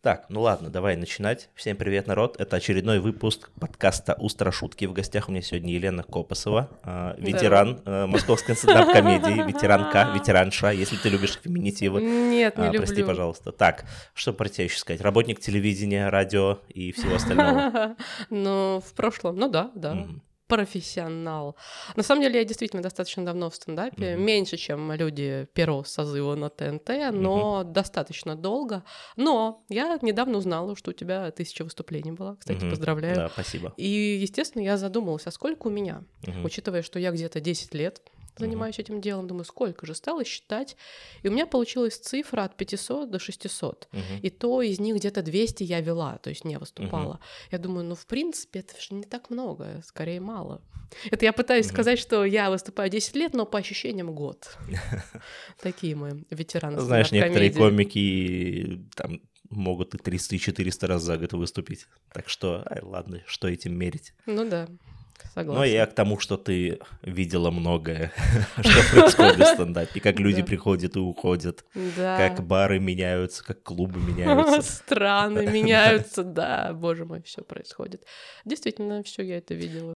Так, ну ладно, давай начинать. Всем привет, народ. Это очередной выпуск подкаста «Устрошутки». В гостях у меня сегодня Елена Копосова, ветеран московской стендап-комедии, ветеранка, ветеранша, если ты любишь феминитивы. Нет, не люблю. Прости, пожалуйста. Так, что про тебя еще сказать? Работник телевидения, радио и всего остального. Ну, в прошлом, да. Профессионал. На самом деле я действительно достаточно давно в стендапе, меньше, чем люди первого созыва на ТНТ, но достаточно долго. Но я недавно узнала, что у тебя 1000 выступлений было. Кстати, поздравляю. Да, спасибо. И, естественно, я задумалась, а сколько у меня? Учитывая, что я где-то 10 лет занимаюсь этим делом, думаю, сколько же, стала считать, и у меня получилась цифра от 500 до 600, и то из них где-то 200 я вела, то есть не выступала. Я думаю, в принципе, это же не так много, скорее мало. Это я пытаюсь сказать, что я выступаю 10 лет, но по ощущениям год. Такие мы ветераны. Знаешь, некоторые комики там могут и 300, и 400 раз за год выступить, так что, ладно, что этим мерить. Ну да. Согласна. Ну, я к тому, что ты видела многое, что происходит в стендапе, как люди приходят и уходят, как бары меняются, как клубы меняются. Страны меняются, да, боже мой, все происходит. Действительно, все я это видела.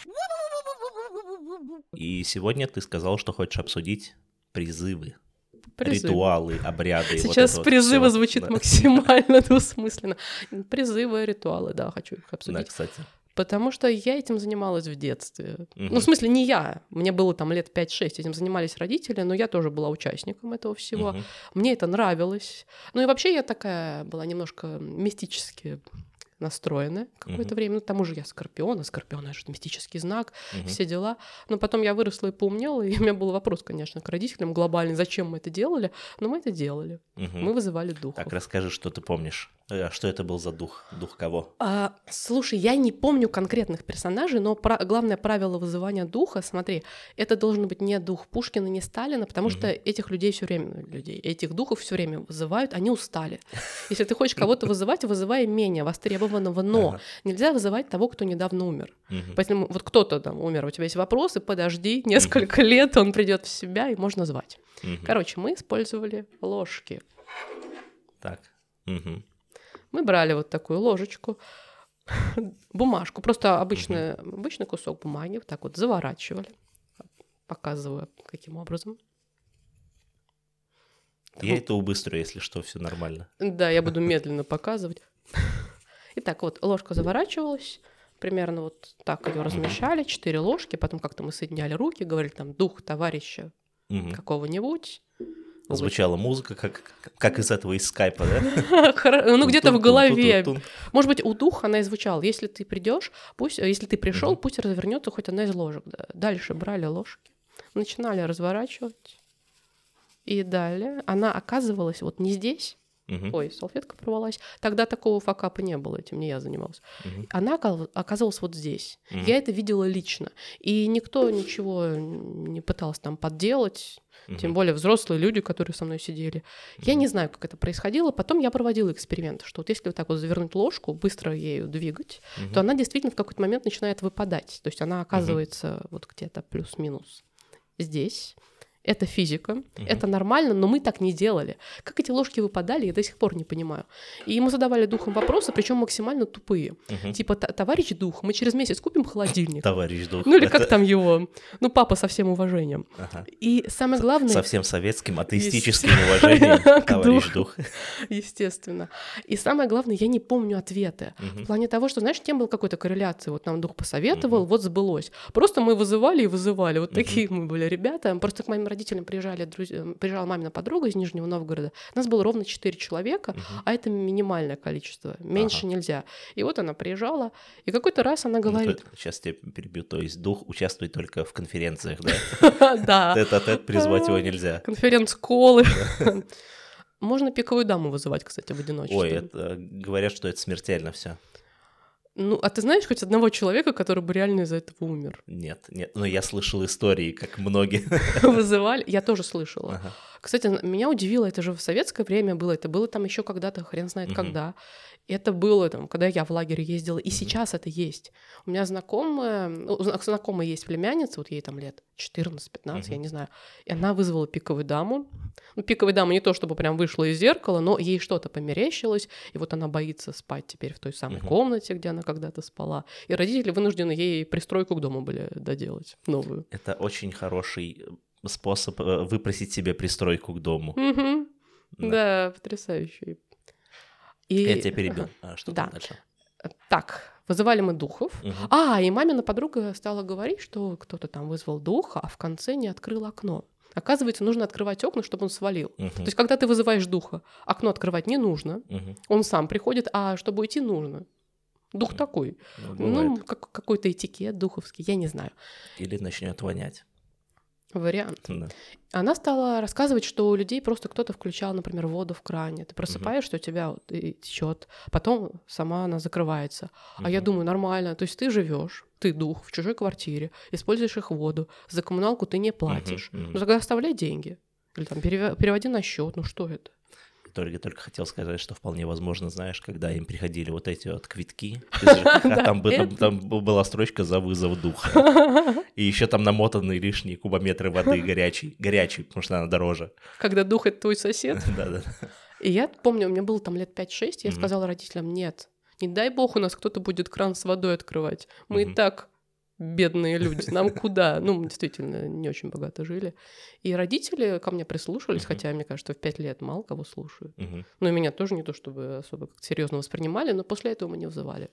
И сегодня ты сказал, что хочешь обсудить призывы. Ритуалы, обряды. Сейчас вот призывы звучит максимально двусмысленно. Призывы, ритуалы, да, хочу их обсудить. Да, кстати. Потому что я этим занималась в детстве. Ну, в смысле, не я. Мне было там лет 5-6, этим занимались родители, но я тоже была участником этого всего. Мне это нравилось. Ну и вообще я такая была немножко мистически настроенная какое-то время. Ну, к тому же я Скорпион, а Скорпион — это же мистический знак, все дела. Но потом я выросла и поумнела, и у меня был вопрос, конечно, к родителям глобальный, зачем мы это делали, но мы это делали. Мы вызывали духов. Так, расскажи, что ты помнишь. Что это был за дух? Дух кого? Слушай, я не помню конкретных персонажей, но главное правило вызывания духа, смотри, это должен быть не дух Пушкина, не Сталина, потому что этих людей все время, этих духов все время вызывают, они устали. Если ты хочешь кого-то вызывать, вызывай менее востребованного, но нельзя вызывать того, кто недавно умер. Поэтому вот кто-то там умер, у тебя есть вопросы, подожди, несколько лет, он придет в себя, и можно звать. Короче, мы использовали ложки. Так. Мы брали вот такую ложечку, бумажку, просто обычный кусок бумаги, вот так вот заворачивали. Показываю, каким образом. Я это убыстрю, если что, все нормально. Да, я буду медленно показывать. Итак, вот ложка заворачивалась, примерно вот так ее размещали, 4 ложки, потом как-то мы соединяли руки, говорили там дух товарища какого-нибудь. Звучала музыка, как из этого, из скайпа, да? Ну, где-то в голове. Может быть, у духа она и звучала. Если ты придешь, если ты пришел, пусть развернется хоть одна из ложек. Дальше брали ложки, начинали разворачивать. И далее она оказывалась вот не здесь. Ой, салфетка порвалась. Тогда такого факапа не было, этим не я занималась. Она оказалась вот здесь. Я это видела лично. И никто ничего не пытался там подделать. Тем более взрослые люди, которые со мной сидели. Я не знаю, как это происходило. Потом я проводила эксперимент, что вот если вот так вот завернуть ложку, быстро ею двигать, то она действительно в какой-то момент начинает выпадать. То есть она оказывается вот где-то плюс-минус здесь. Это физика, это нормально, но мы так не делали. Как эти ложки выпадали, я до сих пор не понимаю. И мы задавали духам вопросы, причем максимально тупые. Типа, товарищ дух, мы через месяц купим холодильник. Товарищ дух. Ну или как там его? Ну, папа со всем уважением. И самое главное... Со всем советским, атеистическим уважением. Товарищ дух. Естественно. И самое главное, я не помню ответы. В плане того, что, знаешь, не было какой-то корреляции. Вот нам дух посоветовал, вот сбылось. Просто мы вызывали и вызывали. Вот такие мы были ребята. Просто к моим родителям приезжала мамина подруга из Нижнего Новгорода. Нас было ровно 4 человека, а это минимальное количество. Меньше нельзя. И вот она приезжала, и какой-то раз она говорит... Сейчас тебя перебью. То есть дух участвует только в конференциях, да? Да. Тет-а-тет призвать его нельзя. Конференц-колы. Можно пиковую даму вызывать, кстати, в одиночестве. Ой, говорят, что это смертельно все. Ну, а ты знаешь хоть одного человека, который бы реально из-за этого умер? Нет, но я слышал истории, как многие. Вызывали, я тоже слышала. Кстати, меня удивило, это же в советское время было, это было там еще когда-то, хрен знает когда. Это было там, когда я в лагерь ездила, и сейчас это есть. У меня знакомая есть племянница, вот ей там лет 14-15, я не знаю, и она вызвала пиковую даму. Ну, пиковая дама не то чтобы прям вышла из зеркала, но ей что-то померещилось, и вот она боится спать теперь в той самой комнате, где она когда-то спала. И родители вынуждены ей пристройку к дому были доделать, новую. Это очень хороший способ выпросить себе пристройку к дому. Да, потрясающий. Я тебя перебил. Что там дальше? Так, вызывали мы духов. И мамина подруга стала говорить, что кто-то там вызвал духа, а в конце не открыл окно. Оказывается, нужно открывать окна, чтобы он свалил. То есть, когда ты вызываешь духа, окно открывать не нужно, он сам приходит, а чтобы уйти нужно. Дух такой. Какой-то этикет духовский, я не знаю. Или начнет вонять. Вариант. Да. Она стала рассказывать, что у людей просто кто-то включал, например, воду в кране. Ты просыпаешься, у тебя течет, потом сама она закрывается. А я думаю, нормально. То есть ты живешь, ты дух в чужой квартире, используешь их воду, за коммуналку ты не платишь. Ну тогда оставляй деньги. Или там переводи на счет. Ну что это? Только хотел сказать, что вполне возможно, знаешь, когда им приходили вот эти вот квитки, там была строчка за вызов духа. И еще там намотаны лишние кубометры воды горячей, потому что она дороже. Когда дух — это твой сосед? Да. И я помню, мне было там лет 5-6, я сказала родителям: нет, не дай бог у нас кто-то будет кран с водой открывать. Мы и так бедные люди, нам куда? Ну, мы действительно не очень богато жили. И родители ко мне прислушались, хотя, мне кажется, в 5 лет мало кого слушают. Ну, и меня тоже не то чтобы особо как-то серьезно воспринимали, но после этого мы не вызывали.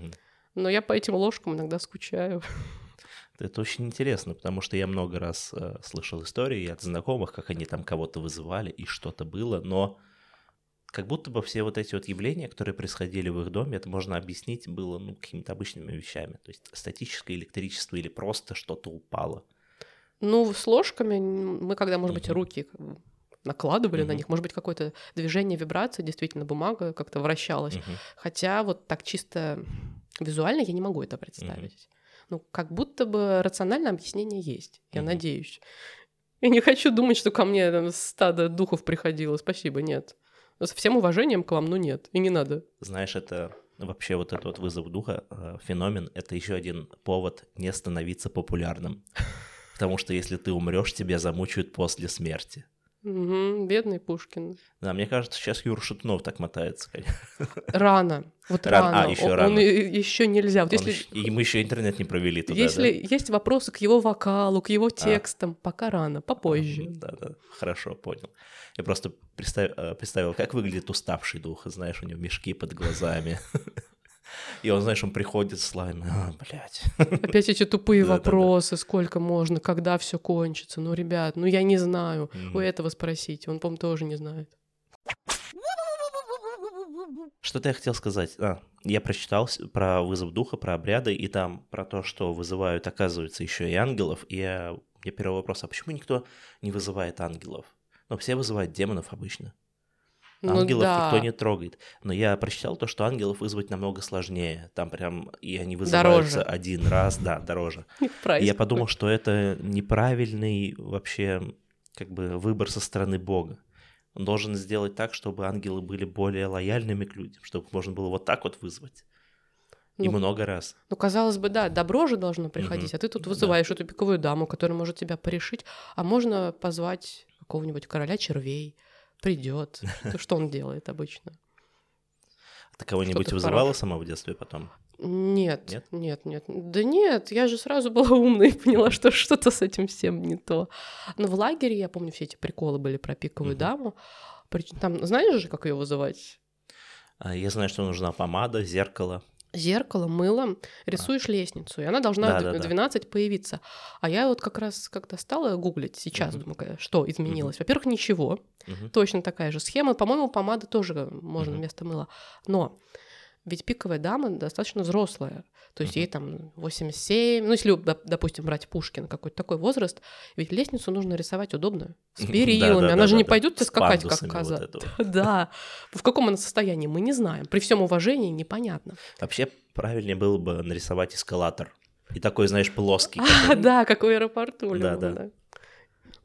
Но я по этим ложкам иногда скучаю. Это очень интересно, потому что я много раз слышал истории от знакомых, как они там кого-то вызывали, и что-то было, но как будто бы все вот эти вот явления, которые происходили в их доме, это можно объяснить было, какими-то обычными вещами. То есть статическое электричество или просто что-то упало. Ну, с ложками мы когда, может быть, руки накладывали на них, может быть, какое-то движение, вибрация, действительно, бумага как-то вращалась. Хотя вот так чисто визуально я не могу это представить. Ну, как будто бы рациональное объяснение есть, я надеюсь. Я не хочу думать, что ко мне там стадо духов приходило. Спасибо, нет. Со всем уважением к вам, но нет, и не надо. Знаешь, это вообще вот этот вот вызов духа, феномен, это еще один повод не становиться популярным. Потому что если ты умрешь, тебя замучают после смерти. Бедный Пушкин. Да, мне кажется, сейчас Юра Шатунов так мотается. Рано. Вот рано. Рано. Он еще нельзя. Вот если... И мы еще интернет не провели туда. Если есть вопросы к его вокалу, к его текстам, пока рано, попозже. Да, хорошо, понял. Я просто представил, как выглядит уставший дух. Знаешь, у него мешки под глазами. И он, знаешь, он приходит с словами: блядь. Опять эти тупые вопросы, сколько можно, когда все кончится. Ну, ребят, я не знаю. У этого спросите, он, по-моему, тоже не знает. Что-то я хотел сказать. Я прочитал про вызов духа, про обряды, и там про то, что вызывают, оказывается, еще и ангелов. И я первый вопрос: а почему никто не вызывает ангелов? Все вызывают демонов обычно. Ангелов никто не трогает. Но я прочитал то, что ангелов вызвать намного сложнее. Там прям, и они вызываются один раз. Да, дороже. И я подумал, что это неправильный вообще выбор со стороны Бога. Он должен сделать так, чтобы ангелы были более лояльными к людям, чтобы можно было вот так вот вызвать. И много раз. Казалось бы, да, добро же должно приходить, а ты тут вызываешь эту пиковую даму, которая может тебя порешить, а можно позвать какого-нибудь короля червей. Придет. Что он делает обычно? Ты кого-нибудь вызывала сама в детстве потом? Нет. Да нет, я же сразу была умной и поняла, что что-то с этим всем не то. Но в лагере, я помню, все эти приколы были про пиковую даму. Там, знаешь же, как ее вызывать? Я знаю, что нужна помада, зеркало, мыло, рисуешь лестницу, и она должна в 12 появиться. А я вот как раз когда стала гуглить сейчас, думаю, что изменилось. Во-первых, ничего, точно такая же схема. По-моему, помада тоже можно вместо мыла. Но ведь пиковая дама достаточно взрослая, то есть ей там 87, если, допустим, брать Пушкина, какой-то такой возраст, ведь лестницу нужно рисовать удобно, с перилами, она же не пойдет тебе скакать, как коза. Да, в каком она состоянии, мы не знаем, при всем уважении непонятно. Вообще правильнее было бы нарисовать эскалатор, и такой, знаешь, плоский. Да, как в аэропорту. Да.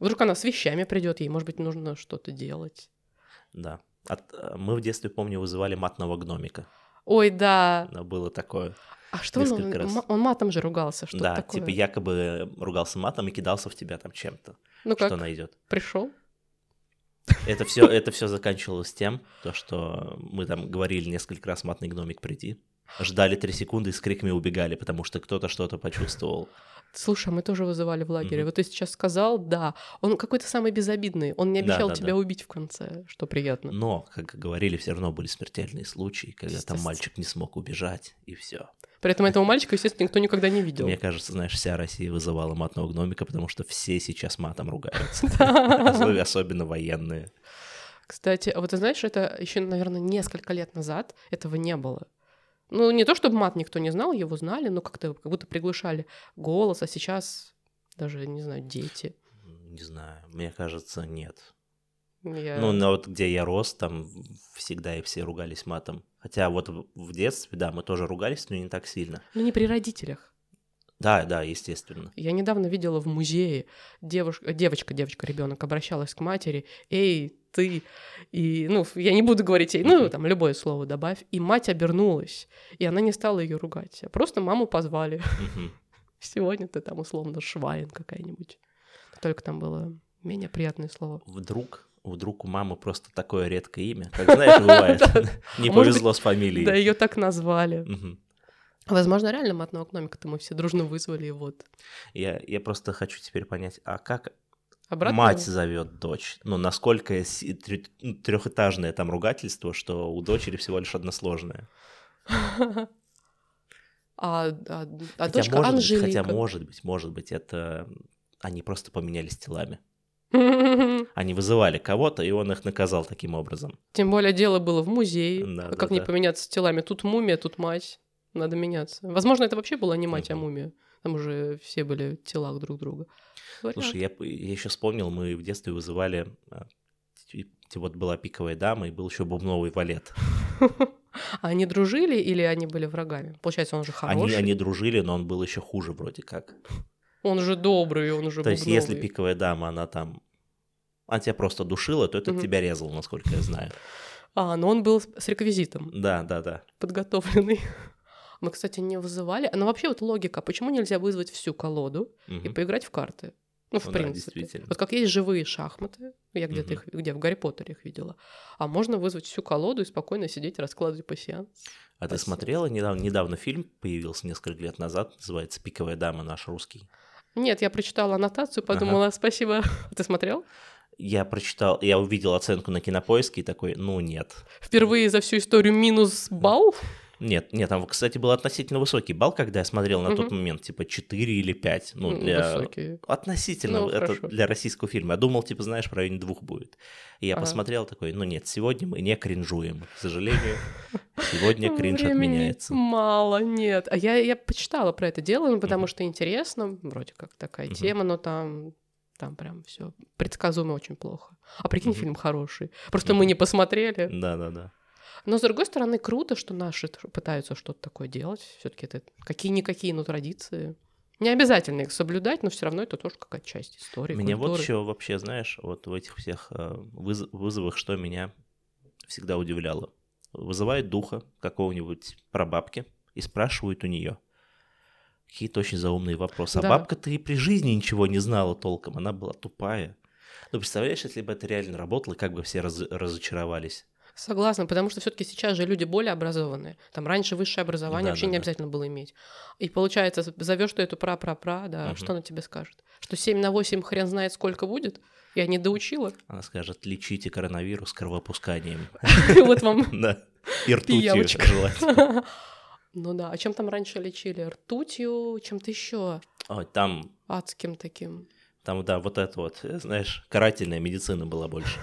Вдруг она с вещами придет, ей, может быть, нужно что-то делать. Да. Мы в детстве, помню, вызывали матного гномика. Ой, да. Было такое. А что он матом же ругался, что да, такое? типа якобы ругался матом и кидался в тебя там чем-то, ну что как? найдет. Пришел? Это все заканчивалось тем, что мы там говорили несколько раз матный гномик приди, ждали 3 секунды и с криками убегали, потому что кто-то что-то почувствовал. Слушай, мы тоже вызывали в лагере. Вот ты сейчас сказал, да, он какой-то самый безобидный, он не обещал тебя убить в конце, что приятно. Но, как говорили, все равно были смертельные случаи, когда там мальчик не смог убежать, и все. При этом этого мальчика, естественно, никто никогда не видел. Мне кажется, знаешь, вся Россия вызывала матного гномика, потому что все сейчас матом ругаются. Особенно военные. Кстати, а вот ты знаешь, это еще, наверное, несколько лет назад этого не было. Ну, не то, чтобы мат никто не знал, его знали, но как будто приглушали голос, а сейчас даже, не знаю, дети. Не знаю, мне кажется, нет. Ну, вот где я рос, там всегда и все ругались матом. Хотя вот в детстве, да, мы тоже ругались, но не так сильно. Ну, не при родителях. Да, естественно. Я недавно видела в музее девочка, ребенок обращалась к матери: «Эй, ты!» И, я не буду говорить ей, там, любое слово добавь. И мать обернулась, и она не стала ее ругать, а просто маму позвали. Сегодня ты там условно Швайн какая-нибудь. Только там было менее приятное слово. Вдруг у мамы просто такое редкое имя. Как знаешь, бывает. Не повезло с фамилией. Да, ее так назвали. Возможно, реально матного гномика-то мы все дружно вызвали, и вот. Я просто хочу теперь понять, а как обратно мать зовет дочь? Насколько трехэтажное там ругательство, что у дочери всего лишь односложное. А дочка Анжелика. Хотя, может быть, это они просто поменялись телами. Они вызывали кого-то, и он их наказал таким образом. Тем более дело было в музее. Как не поменяться телами? Тут мумия, тут мать. Надо меняться. Возможно, это вообще была не мать, а мумия. Там уже все были в телах друг друга. Слушай, я еще вспомнил, мы в детстве вызывали... Вот была пиковая дама, и был еще бубновый валет. А они дружили или они были врагами? Получается, он же хороший. Они дружили, но он был еще хуже вроде как. Он же добрый, он же бубновый. То есть, если пиковая дама, она тебя просто душила, то это тебя резал, насколько я знаю. Но он был с реквизитом. Да. Подготовленный. Мы, кстати, не вызывали. Но вообще вот логика, почему нельзя вызвать всю колоду и поиграть в карты? В принципе. Да, вот как есть живые шахматы, я где-то их, в Гарри Поттере их видела, а можно вызвать всю колоду и спокойно сидеть, раскладывать пассианс. А ты смотрела? Недавно фильм появился несколько лет назад, называется «Пиковая дама. Наш русский». Нет, я прочитала аннотацию, подумала, спасибо. Ты смотрел? Я прочитал, я увидел оценку на Кинопоиске и такой, нет. Впервые за всю историю минус балл? Нет, там, кстати, был относительно высокий балл, когда я смотрел на тот момент, типа 4 или 5. Высокий. Относительно, это хорошо. Для российского фильма. Я думал, типа, знаешь, в районе 2 будет. И я посмотрел такой, нет, сегодня мы не кринжуем. К сожалению, сегодня кринж отменяется. Мало, нет. А я почитала про это дело, потому что интересно, вроде как такая тема, но там прям все предсказуемо очень плохо. А прикинь, фильм хороший. Просто мы не посмотрели. Да. Но, с другой стороны, круто, что наши пытаются что-то такое делать. Все-таки это какие-никакие, но традиции. Не обязательно их соблюдать, но все равно это тоже какая-то часть истории, Меня культуры. вот еще вообще, знаешь, вот в этих всех вызовах, что меня всегда удивляло. Вызывают духа какого-нибудь прабабки и спрашивают у нее какие-то очень заумные вопросы. А бабка-то и при жизни ничего не знала толком, она была тупая. Представляешь, если бы это реально работало, как бы все разочаровались. Согласна, потому что все-таки сейчас же люди более образованные. Там раньше высшее образование вообще не обязательно было иметь. И получается, зовешь ты эту пра-пра-пра, что она тебе скажет? Что 7 на 8 хрен знает сколько будет? Я не доучила. Она скажет, лечите коронавирус кровопусканием. Вот вам да. И ртутью желательно. Ну да, а чем там раньше лечили? Ртутью, чем-то еще. Там... Адским таким. Там, да, вот это вот, знаешь, карательная медицина была больше.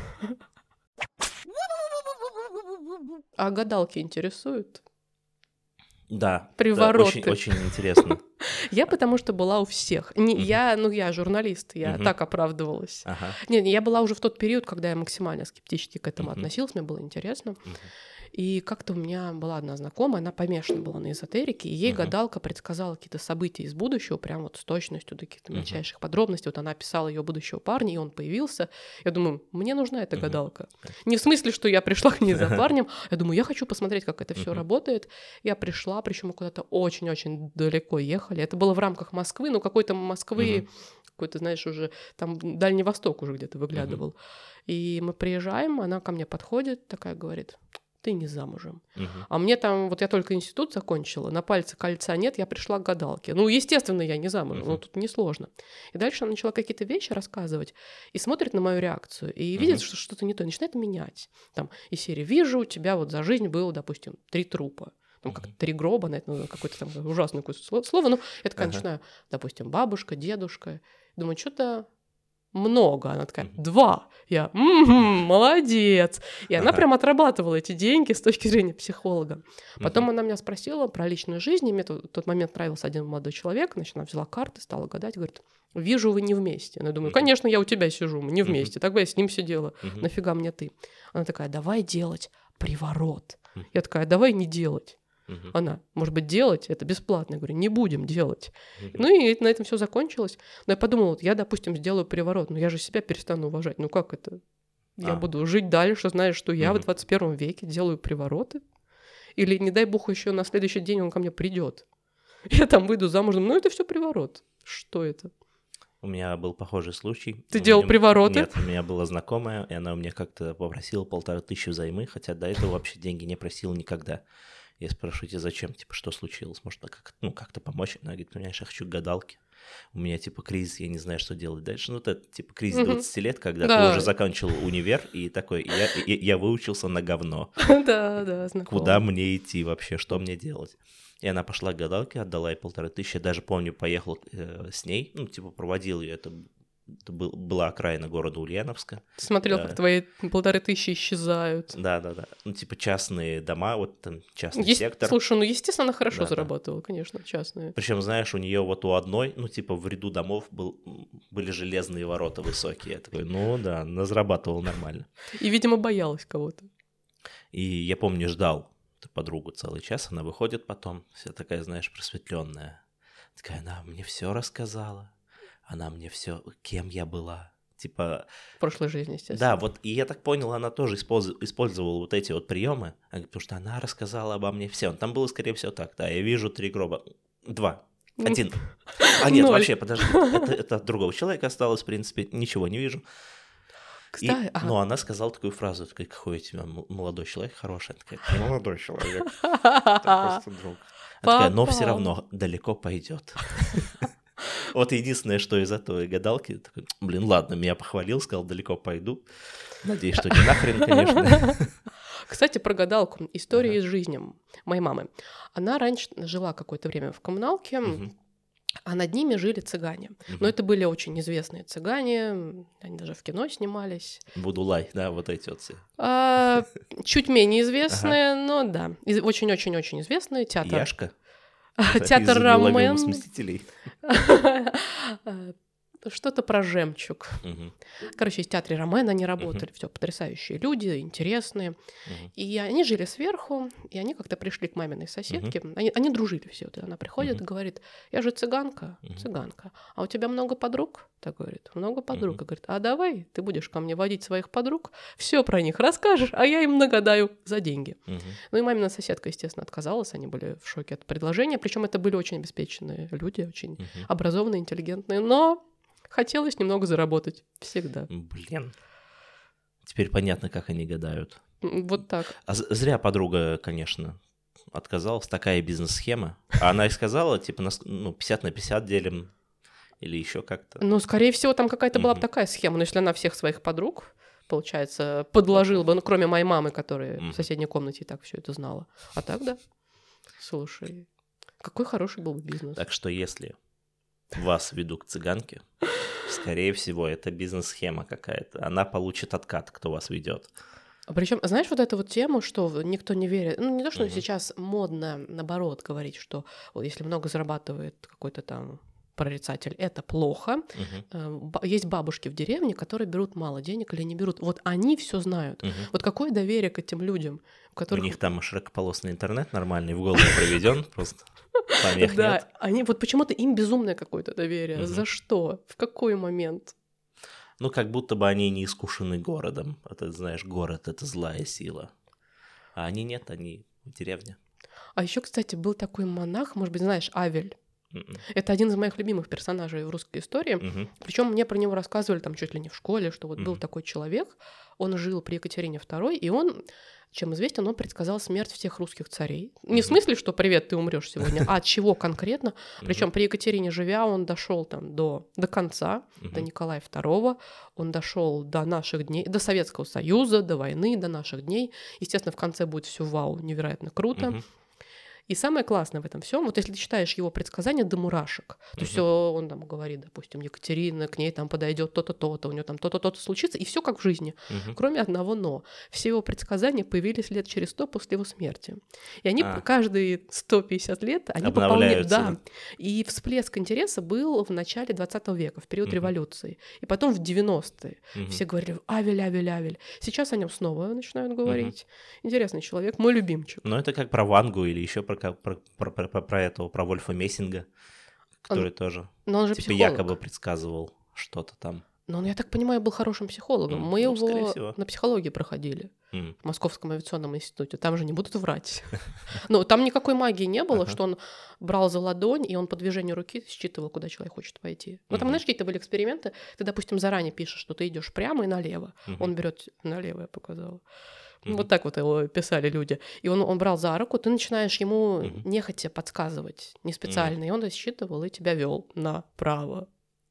А гадалки интересуют? Да. Привороты. Очень интересно. Я потому что была у всех. Я журналист, я так оправдывалась. Не, я была уже в тот период, когда я максимально скептически к этому относилась, мне было интересно. И как-то у меня была одна знакомая, она помешана была на эзотерике, и ей гадалка предсказала какие-то события из будущего, прям вот с точностью до каких-то мельчайших подробностей. Вот она описала ее будущего парня, и он появился. Я думаю, мне нужна эта гадалка. Не в смысле, что я пришла к ней за парнем, я думаю, я хочу посмотреть, как это все работает. Я пришла, причем мы куда-то очень-очень далеко ехали. Это было в рамках Москвы, но какой-то Москвы, какой-то, знаешь, уже там Дальний Восток уже где-то выглядывал. И мы приезжаем, она ко мне подходит, такая говорит: ты не замужем. А мне там, вот я только институт закончила, на пальце кольца нет, я пришла к гадалке. Ну, естественно, я не замужем, но тут несложно. И дальше она начала какие-то вещи рассказывать и смотрит на мою реакцию, и видит, что что-то не то, и начинает менять. Там из серии: вижу, у тебя вот за жизнь было, допустим, 3 трупа. Там как 3 гроба, на это какое-то там ужасное какое-то слово. Ну, я такая начинаю, допустим, бабушка, дедушка. Думаю, что-то много. Она такая: 2. Я: молодец. И она прям отрабатывала эти деньги с точки зрения психолога. Потом она меня спросила про личную жизнь. И мне в тот момент нравился один молодой человек. Значит, она взяла карты, стала гадать, говорит: вижу, вы не вместе. Я думаю, конечно, я у тебя сижу, мы не вместе. Так бы я с ним сидела. Нафига мне ты? Она такая: давай делать приворот. Я такая: давай не делать. Она: может быть, делать? Это бесплатно. Я говорю: не будем делать. Ну и на этом все закончилось. Но я подумала, вот я, допустим, сделаю приворот, но я же себя перестану уважать. Ну как это? Я буду жить дальше, знаешь, что я в 21 веке делаю привороты? Или, не дай бог, еще на следующий день он ко мне придет. Я там выйду замужем. Ну это все приворот. Что это? У меня был похожий случай. Ты делал привороты? Нет, у меня была знакомая, и она у меня как-то попросила 1500 взаймы, хотя до этого вообще деньги не просила никогда. Я спрашиваю: тебе зачем? Типа, что случилось? Может, как-то помочь? Она говорит: понимаешь, я хочу к гадалке. У меня, типа, кризис, я не знаю, что делать дальше. Ну, это, типа, кризис 20 лет, когда ты уже закончил универ, и такой: я выучился на говно. Да, знакомо. Куда мне идти вообще? Что мне делать? И она пошла к гадалке, отдала ей 1500. Я даже помню, поехал с ней, ну, типа, проводил ее. Это была окраина города Ульяновска. Ты смотрел, как твои 1500 исчезают. Да. Ну, типа, частные дома, вот там частный сектор. Слушай, ну, естественно, она хорошо зарабатывала, конечно, частные. Причем, знаешь, у нее вот у одной, ну, типа, в ряду домов были железные ворота высокие. Я такой: ну, да, она зарабатывала нормально. И, видимо, боялась кого-то. И я помню, ждал подругу целый час, она выходит потом, вся такая, знаешь, просветленная. Такая: она мне все рассказала. Она мне все, кем я была. Типа... В прошлой жизни, естественно. Да, вот, и я так понял, она тоже использовала вот эти вот приемы, потому что она рассказала обо мне все. Там было, скорее всего, так, да, я вижу 3 гроба. 2. 1. А нет, 0. Вообще, подожди, это от другого человека осталось, в принципе, ничего не вижу. Кстати, но она сказала такую фразу, такая: какой у тебя молодой человек хороший. Такая: молодой человек, просто друг. Она такая: но все равно далеко пойдет. Вот единственное, что из этого гадалки, такой: блин, ладно, меня похвалил, сказал, далеко пойду. Надеюсь, что не нахрен, конечно. Кстати, про гадалку. История из жизни моей мамы. Она раньше жила какое-то время в коммуналке, а над ними жили цыгане. Но это были очень известные цыгане, они даже в кино снимались. Будулай, да, вот эти вот все. Чуть менее известные, но да. Очень-очень-очень известные. Театр. Яшка? Театр Ромен. Что-то про жемчуг. Короче, в театре Ромен они работали. Все потрясающие люди, интересные. И они жили сверху, и они как-то пришли к маминой соседке. Они дружили все. Вот она приходит и говорит: я же цыганка, а у тебя много подруг? Так говорит: много подруг. И говорит: а давай ты будешь ко мне водить своих подруг, все про них расскажешь, а я им нагадаю за деньги. Ну и мамина соседка, естественно, отказалась. Они были в шоке от предложения. Причем это были очень обеспеченные люди, очень образованные, интеллигентные, но хотелось немного заработать. Всегда. Блин. Теперь понятно, как они гадают. Вот так. А зря подруга, конечно, отказалась. Такая бизнес-схема. А она и сказала, типа, 50 на 50 делим или еще как-то. Ну, скорее всего, там какая-то была бы такая схема. Но если она всех своих подруг, получается, подложила бы, ну, кроме моей мамы, которая в соседней комнате и так все это знала. А так, да. Слушай, какой хороший был бы бизнес. Так что если вас веду к цыганке, скорее всего, это бизнес-схема какая-то. Она получит откат, кто вас ведет. Причем, знаешь, вот эту вот тему, что никто не верит. Ну, не то, что сейчас модно, наоборот, говорить, что если много зарабатывает какой-то там прорицатель, это плохо. Есть бабушки в деревне, которые берут мало денег или не берут. Вот они все знают. Вот какое доверие к этим людям, у которых... У них там широкополосный интернет нормальный, в голову проведен, просто помех да, нет. они вот почему-то им безумное какое-то доверие. За что? В какой момент? Ну, как будто бы они не искушены городом. А ты знаешь, город — это злая сила. А они нет, они в деревне. А еще, кстати, был такой монах, может быть, знаешь, Авель. Это один из моих любимых персонажей в русской истории. Причем мне про него рассказывали там чуть ли не в школе, что вот был такой человек, он жил при Екатерине II, и он, чем известен, он предсказал смерть всех русских царей. Не в смысле, что «привет, ты умрешь сегодня», а от чего конкретно. Причем при Екатерине живя, он дошел там до конца, до Николая II, он дошел до наших дней, до Советского Союза, до войны, до наших дней. Естественно, в конце будет все вау, невероятно круто. И самое классное в этом всем, вот если ты читаешь его предсказания до мурашек, то все он там говорит, допустим, Екатерина, к ней там подойдет то-то, то-то, у нее там то-то, то-то случится, и все как в жизни, кроме одного «но». Все его предсказания появились лет через 100 после его смерти. И они каждые 150 лет, они пополняют. Да. И всплеск интереса был в начале 20 века, в период революции. И потом в 90-е. Все говорили «Авель, Авель, Авель». Сейчас о нем снова начинают говорить. Интересный человек, мой любимчик. Ну, это как про Вангу или еще про этого, про Вольфа Мессинга, который тоже он же типа психолог. якобы предсказывал что-то там. Но он, я так понимаю, был хорошим психологом. Мы его на психологии проходили в Московском авиационном институте. Там же не будут врать. Но там никакой магии не было, что он брал за ладонь, и он по движению руки считывал, куда человек хочет пойти. Ну, там, знаешь, какие-то были эксперименты. Ты, допустим, заранее пишешь, что ты идешь прямо и налево. Он берет налево, я показала. Вот так вот его писали люди. И он брал за руку, ты начинаешь ему нехотя подсказывать, не специально. И он считывал и тебя вел направо.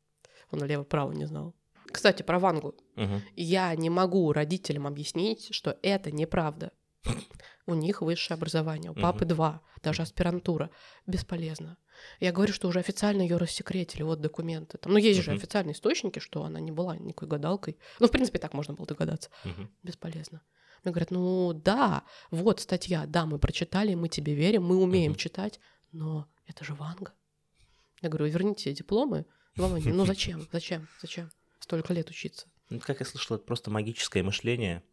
Он налево-право не знал. Кстати, про Вангу. Я не могу родителям объяснить, что это неправда. У них высшее образование, у папы 2, даже аспирантура. Бесполезно. Я говорю, что уже официально ее рассекретили, вот документы. Там, ну, есть же официальные источники, что она не была никакой гадалкой. Ну, в принципе, так можно было догадаться. Бесполезно. Мне говорят, ну да, вот статья, да, мы прочитали, мы тебе верим, мы умеем читать, но это же Ванга. Я говорю, верните дипломы. Ну зачем? Столько лет учиться. Ну, как я слышал, это просто магическое мышление,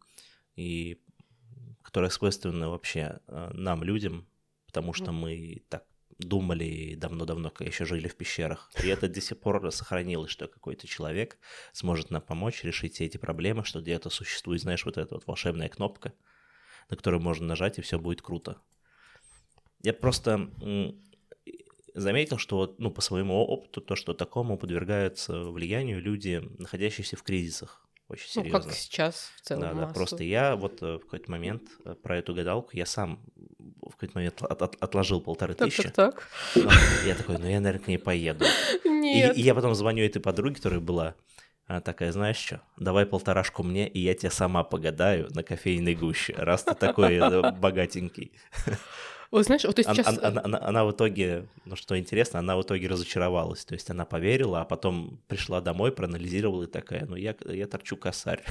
и которое свойственно вообще нам, людям, потому что мы так думали давно-давно, когда еще жили в пещерах. И это до сих пор сохранилось, что какой-то человек сможет нам помочь решить все эти проблемы, что где-то существует, знаешь, вот эта вот волшебная кнопка, на которую можно нажать, и все будет круто. Я просто заметил, что вот, ну, по своему опыту, то, что такому подвергаются влиянию люди, находящиеся в кризисах. Очень серьезно. Ну, как сейчас в целом. Да, просто я вот в какой-то момент про эту гадалку, я сам в какой-то момент отложил 1500. Так. Я такой, ну я, наверное, к ней поеду. Нет. И я потом звоню этой подруге, которая была, она такая, знаешь что, давай 1,5 мне, и я тебя сама погадаю на кофейной гуще, раз ты такой богатенький. Вот знаешь, вот сейчас... Она в итоге, ну что интересно, она в итоге разочаровалась. То есть она поверила, а потом пришла домой, проанализировала и такая, ну я торчу косарь.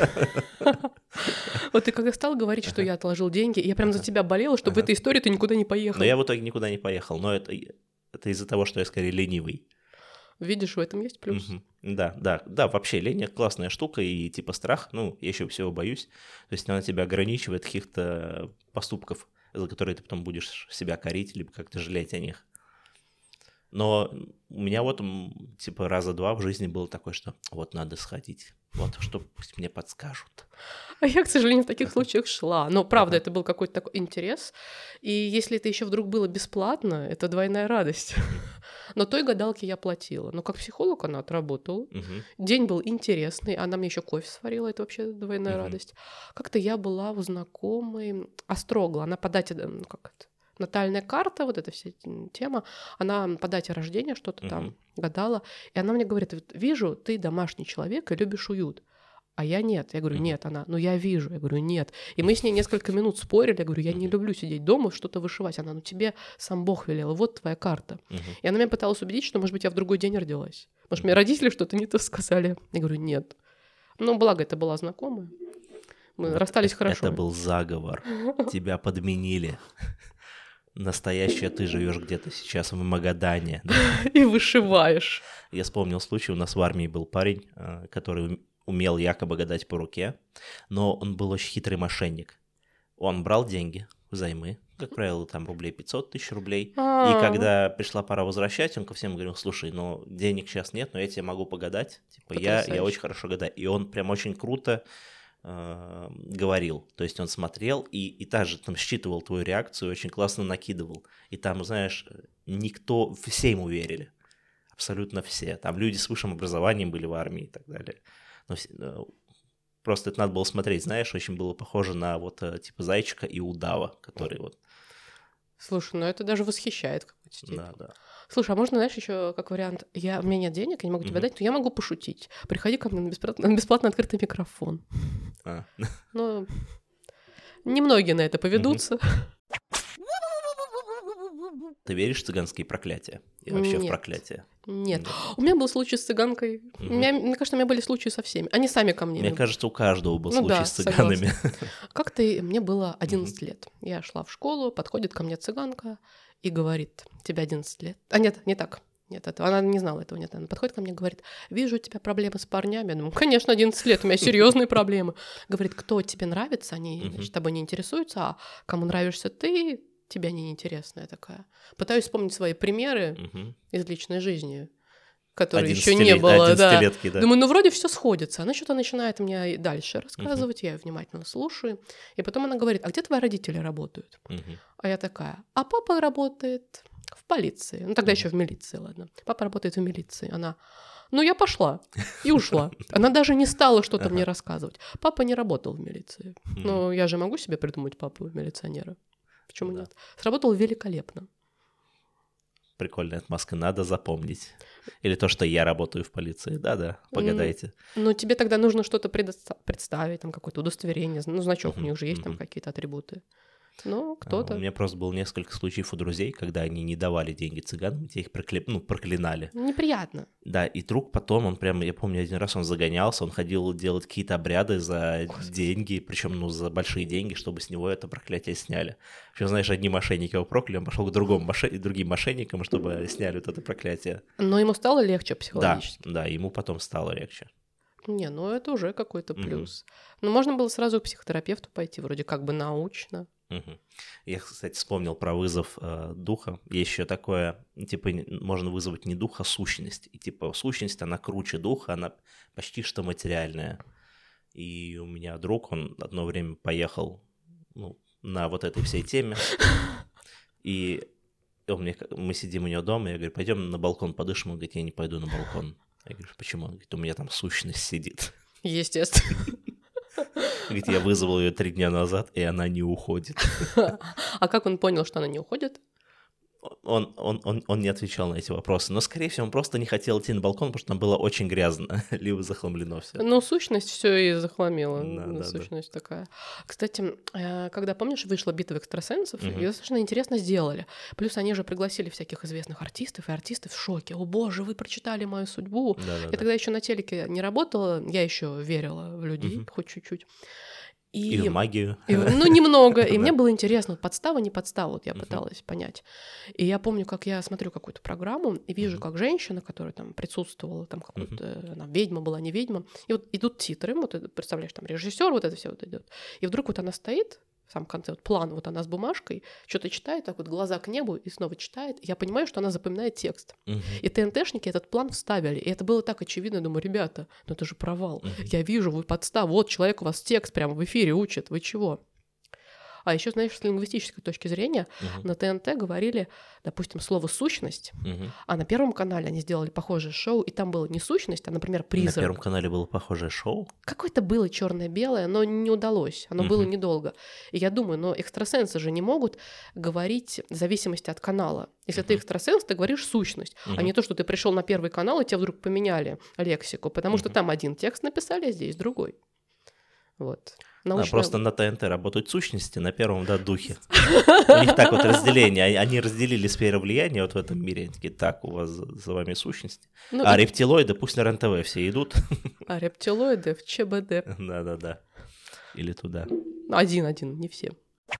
Вот ты когда стал говорить, что я отложил деньги, я прям за тебя болела, что в этой истории ты никуда не поехал. Но я в итоге никуда не поехал, но это из-за того, что я скорее ленивый. Видишь, в этом есть плюс. Да, вообще лень — классная штука, и типа страх, ну, я еще всего боюсь. То есть она тебя ограничивает каких-то поступков, за которые ты потом будешь себя корить, либо как-то жалеть о них. Но у меня вот, типа, раза 2 в жизни было такое, что вот надо сходить, вот, что пусть мне подскажут. А я, к сожалению, в таких случаях шла. Но, правда, это был какой-то такой интерес. И если это еще вдруг было бесплатно, это двойная радость. Но той гадалке я платила. Но как психолог она отработала. День был интересный. Она мне еще кофе сварила. Это вообще двойная радость. Как-то я была у знакомой Острогла. Она по дате... Как это? Натальная карта, вот эта вся тема, она по дате рождения что-то там гадала, и она мне говорит, вижу, ты домашний человек и любишь уют, а я нет. Я говорю, нет. Она, ну я вижу. Я говорю, нет. И мы с ней несколько минут спорили, я говорю, я не люблю сидеть дома, что-то вышивать. Она, ну тебе сам Бог велел, вот твоя карта. И она меня пыталась убедить, что, может быть, я в другой день родилась. Может, мне родители что-то не то сказали. Я говорю, нет. Ну, благо, это была знакомая. Мы расстались хорошо. Это был заговор. Тебя подменили. Настоящая ты живешь где-то сейчас в Магадане. И вышиваешь. Я вспомнил случай, у нас в армии был парень, который умел якобы гадать по руке, но он был очень хитрый мошенник. Он брал деньги взаймы, как правило, там рублей 500 тысяч рублей. И когда пришла пора возвращать, он ко всем говорил: слушай, ну денег сейчас нет, но я тебе могу погадать. Типа я очень хорошо гадаю. И он прям очень круто говорил. То есть он смотрел и также там считывал твою реакцию, очень классно накидывал. И там, знаешь, все ему верили. Абсолютно все. Там люди с высшим образованием были в армии и так далее. Но просто это надо было смотреть, знаешь, очень было похоже на вот типа зайчика и удава, который вот... Слушай, ну это даже восхищает в какой-то степени. Да. Слушай, а можно, знаешь, еще как вариант, у меня нет денег, я не могу тебе дать, но я могу пошутить. Приходи ко мне на бесплатно открытый микрофон. Ну, немногие на это поведутся. Ты веришь в цыганские проклятия? И вообще в проклятия? Нет. У меня был случай с цыганкой. Мне кажется, у меня были случаи со всеми. Они сами ко мне. Мне кажется, у каждого был случай с цыганами. Как-то мне было 11 лет. Я шла в школу, подходит ко мне цыганка и говорит: тебе 11 лет. А нет, не так. Нет, этого. Она не знала этого. Нет, она подходит ко мне и говорит: вижу, у тебя проблемы с парнями. Я думаю, конечно, 11 лет, у меня серьезные проблемы. Говорит: кто тебе нравится, они тобой не интересуются, а кому нравишься ты, тебя не интересно. Я такая пытаюсь вспомнить свои примеры из личной жизни, которые еще не было. Да. Думаю, ну вроде все сходится. Она что-то начинает мне дальше рассказывать, я ее внимательно слушаю. И потом она говорит: а где твои родители работают? А я такая: а папа работает в полиции. Ну тогда еще в милиции, ладно. Папа работает в милиции. Она: ну я пошла и ушла. Она даже не стала что-то мне рассказывать. Папа не работал в милиции. Но я же могу себе придумать папу милиционера. Почему нет? Сработал великолепно. Прикольная отмазка, надо запомнить. Или то, что я работаю в полиции. Да-да, погадайте. Ну, тебе тогда нужно что-то представить, там какое-то удостоверение, ну, значок у них же есть, там какие-то атрибуты. Ну, кто-то. У меня просто было несколько случаев у друзей, когда они не давали деньги цыганам, те их проклинали. Неприятно. Да, и друг потом, он прям, я помню, один раз он загонялся, он ходил делать какие-то обряды за деньги, причем, ну, за большие деньги, чтобы с него это проклятие сняли. Причем, знаешь, одни мошенники его прокляли, он пошел к другим мошенникам, чтобы сняли вот это проклятие. Но ему стало легче психологически. Да, ему потом стало легче. Не, ну это уже какой-то плюс. Но можно было сразу к психотерапевту пойти, вроде как бы научно. Я, кстати, вспомнил про вызов духа. Есть еще такое, типа, можно вызвать не дух, а сущность. И типа сущность, она круче духа, она почти что материальная. И у меня друг, он одно время поехал на вот этой всей теме. И мы сидим у него дома, я говорю: пойдем на балкон подышим. Он говорит: я не пойду на балкон. Я говорю: почему? Он говорит: у меня там сущность сидит. Естественно. Говорит: я вызвал ее 3 дня назад, и она не уходит. А как он понял, что она не уходит? Он не отвечал на эти вопросы. Но, скорее всего, он просто не хотел идти на балкон, потому что там было очень грязно, либо захламлено все. Ну, сущность все и захламила. Сущность такая. Кстати, когда, помнишь, вышла «Битва экстрасенсов», ее совершенно интересно сделали. Плюс они же пригласили всяких известных артистов, и артисты в шоке. О боже, вы прочитали мою судьбу. Я тогда еще на телеке не работала, я еще верила в людей, хоть чуть-чуть. И в магию. Ну, немного. И мне было интересно, подстава, не подстава. Вот я пыталась понять. И я помню, как я смотрю какую-то программу и вижу, как женщина, которая там присутствовала, там какую-то, она ведьма была, не ведьма. И вот идут титры, вот это, представляешь, там режиссер, вот это все вот идет. И вдруг вот она стоит, в самом конце, вот план, вот она с бумажкой, что-то читает, так вот глаза к небу, и снова читает. Я понимаю, что она запоминает текст. И ТНТшники этот план вставили. И это было так очевидно. Я думаю: ребята, ну это же провал. Я вижу, вы подстав. Вот человек у вас текст прямо в эфире учит. Вы чего? А еще, знаешь, с лингвистической точки зрения на ТНТ говорили, допустим, слово «сущность», а на Первом канале они сделали похожее шоу, и там было не сущность, а, например, призрак. На Первом канале было похожее шоу? Какое-то было черно-белое, но не удалось, оно было недолго. И я думаю, но экстрасенсы же не могут говорить в зависимости от канала. Если ты экстрасенс, ты говоришь сущность, а не то, что ты пришел на Первый канал, и тебе вдруг поменяли лексику, потому что там один текст написали, а здесь другой. Вот. Просто на ТНТ работают сущности, на Первом, да, духи. У них так вот разделение. Они разделили сферы влияния вот в этом мире. Они такие: так, у вас за вами сущности. А рептилоиды пусть на РЕН-ТВ все идут. А рептилоиды в ЧБД. Да-да-да. Или туда? Один, не все.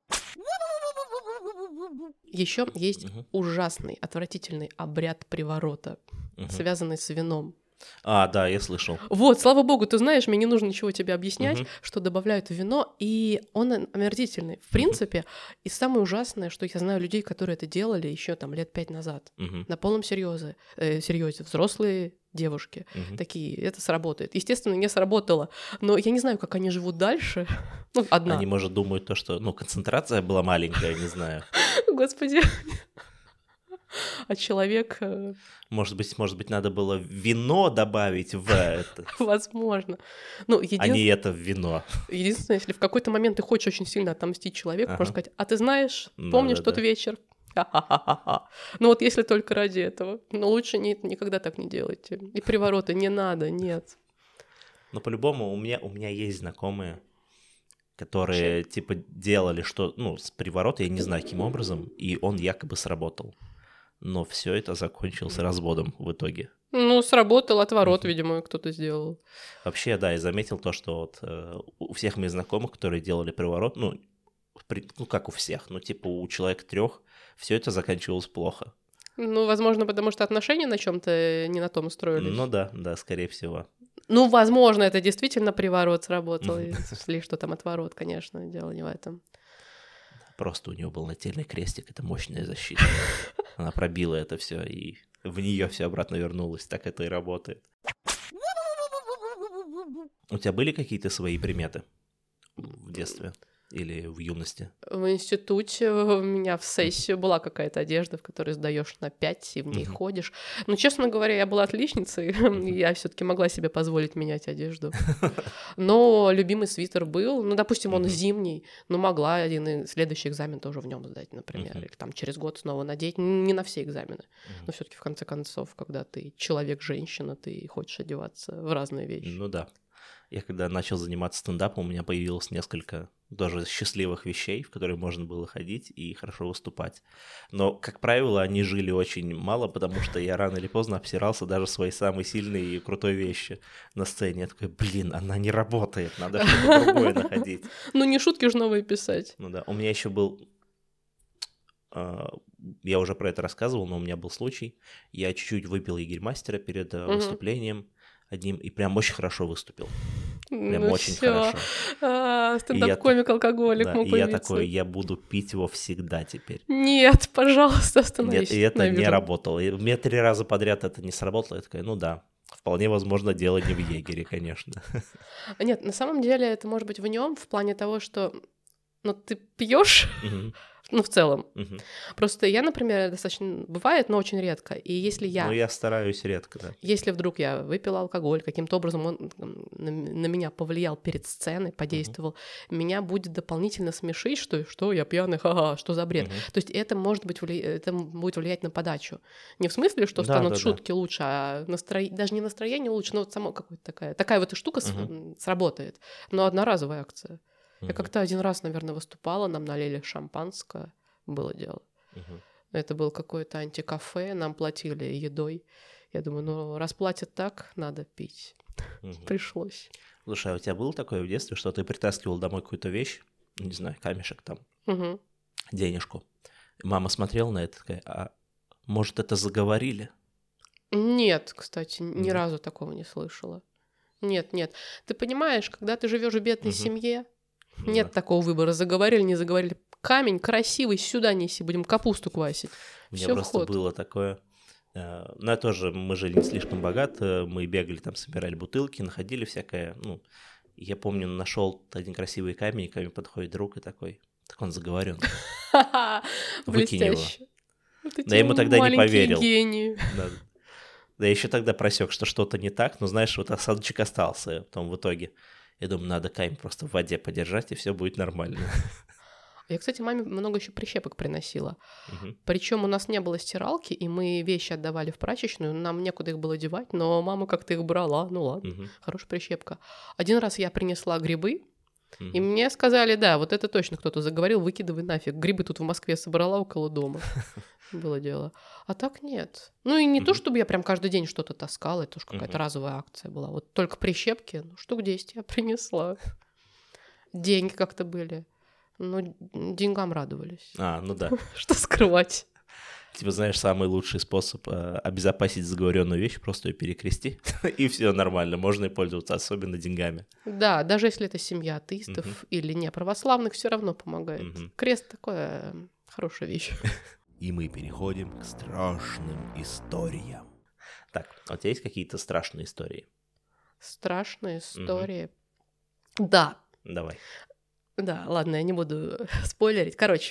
Еще есть ужасный, отвратительный обряд приворота, связанный с вином. Да, я слышал. Вот, слава богу, ты знаешь, мне не нужно ничего тебе объяснять, что добавляют в вино, и он омерзительный. В принципе, и самое ужасное, что я знаю людей, которые это делали еще там лет 5 назад, на полном серьезе, взрослые девушки такие, это сработает. Естественно, не сработало, но я не знаю, как они живут дальше. Ну, одна. Они, может, думают то, что, концентрация была маленькая, не знаю. Господи. А человек... Может быть, надо было вино добавить в это. Возможно. А не это в вино. Единственное, если в какой-то момент ты хочешь очень сильно отомстить человеку, можно сказать, а ты знаешь, помнишь тот вечер? Ха-ха-ха-ха. Вот если только ради этого. Но лучше никогда так не делайте. И привороты не надо, нет. Но по-любому у меня есть знакомые, которые, типа, делали с приворота, я не знаю, каким образом, и он якобы сработал. Но все это закончилось разводом в итоге. Сработал отворот, видимо, кто-то сделал. Вообще, да, я заметил то, что у всех моих знакомых, которые делали приворот, как у всех, типа у человека 3, все это заканчивалось плохо. Возможно, потому что отношения на чем-то не на том строились. Да, скорее всего. Возможно, это действительно приворот сработал, или что там отворот, конечно, дело не в этом. Просто у него был нательный крестик, это мощная защита. Она пробила это все, и в нее все обратно вернулось. Так это и работает. У тебя были какие-то свои приметы в детстве или в юности? В институте у меня в сессию была какая-то одежда, в которой сдаешь на 5 и в ней ходишь. Честно говоря, я была отличницей, я все-таки могла себе позволить менять одежду. Но любимый свитер был, допустим, он зимний, но могла один следующий экзамен тоже в нем сдать, например, или там через год снова надеть. Не на все экзамены, но все-таки в конце концов, когда ты человек-женщина, ты хочешь одеваться в разные вещи. Да. Я когда начал заниматься стендапом, у меня появилось несколько даже счастливых вещей, в которые можно было ходить и хорошо выступать. Но, как правило, они жили очень мало, потому что я рано или поздно обсирался даже своей самой сильной и крутой вещи на сцене. Я такой, она не работает, надо что-то другое находить. Не шутки же новые писать. Да, у меня еще был... Я уже про это рассказывал, но у меня был случай. Я чуть-чуть выпил егермастера перед выступлением одним и прям очень хорошо выступил. Прям очень хорошо. Стендап-комик, алкоголик, мог появиться. И я такой, я буду пить его всегда теперь. Нет, пожалуйста, остановись. Нет, и это не работало. И мне 3 раза подряд это не сработало. Я такая, да, вполне возможно, дело не в егере, конечно. Нет, на самом деле это может быть в нем в плане того, что ты пьешь. В целом. Просто я, например, достаточно бывает, но очень редко. И если я... я стараюсь редко, да. Если вдруг я выпила алкоголь, каким-то образом он на меня повлиял перед сценой, подействовал, меня будет дополнительно смешить, что я пьяный, ха-ха, что за бред. То есть это может быть это будет влиять на подачу. Не в смысле, что станут шутки лучше, а даже не настроение лучше, но само какое-то такая вот штука сработает. Но одноразовая акция. Я как-то один раз, наверное, выступала, нам налили шампанское, было дело. Это был какое-то антикафе, нам платили едой. Я думаю, раз платят так, надо пить. Пришлось. Слушай, а у тебя было такое в детстве, что ты притаскивал домой какую-то вещь, не знаю, камешек там, денежку, и мама смотрела на это, такая, а может, это заговорили? Нет, кстати, ни разу такого не слышала. Нет. Ты понимаешь, когда ты живешь в бедной семье, нет такого выбора, заговорили, не заговорили. Камень красивый, сюда неси, будем капусту квасить. У меня просто было такое. Я тоже, мы жили не слишком богато, мы бегали там, собирали бутылки, находили всякое. Я помню, нашел один красивый камень, и ко мне подходит друг и такой, так он заговорен. Выкинь его. Да я ему тогда не поверил. Да я еще тогда просек, что что-то не так, но знаешь, вот осадочек остался потом в итоге. Я думаю, надо камень просто в воде подержать, и все будет нормально. Я, кстати, маме много еще прищепок приносила. Причем у нас не было стиралки, и мы вещи отдавали в прачечную, нам некуда их было девать, но мама как-то их брала. Ладно, хорошая прищепка. Один раз я принесла грибы, и мне сказали, да, вот это точно кто-то заговорил, выкидывай нафиг. Грибы тут в Москве собрала около дома. Было дело. А так нет. И не то, чтобы я прям каждый день что-то таскала, это уж какая-то разовая акция была. Вот только прищепки, штук 10 я принесла. деньги как-то были. Но деньгам радовались. Ну да. Что скрывать? Типа, знаешь, самый лучший способ обезопасить заговоренную вещь, просто ее перекрести, и все нормально, можно и пользоваться, особенно деньгами. Да, даже если это семья атеистов или не православных, все равно помогает. Крест такая хорошая вещь. И мы переходим к страшным историям. Так, а у тебя есть какие-то страшные истории? Страшные истории? Да. Давай. Да, ладно, я не буду спойлерить. Короче,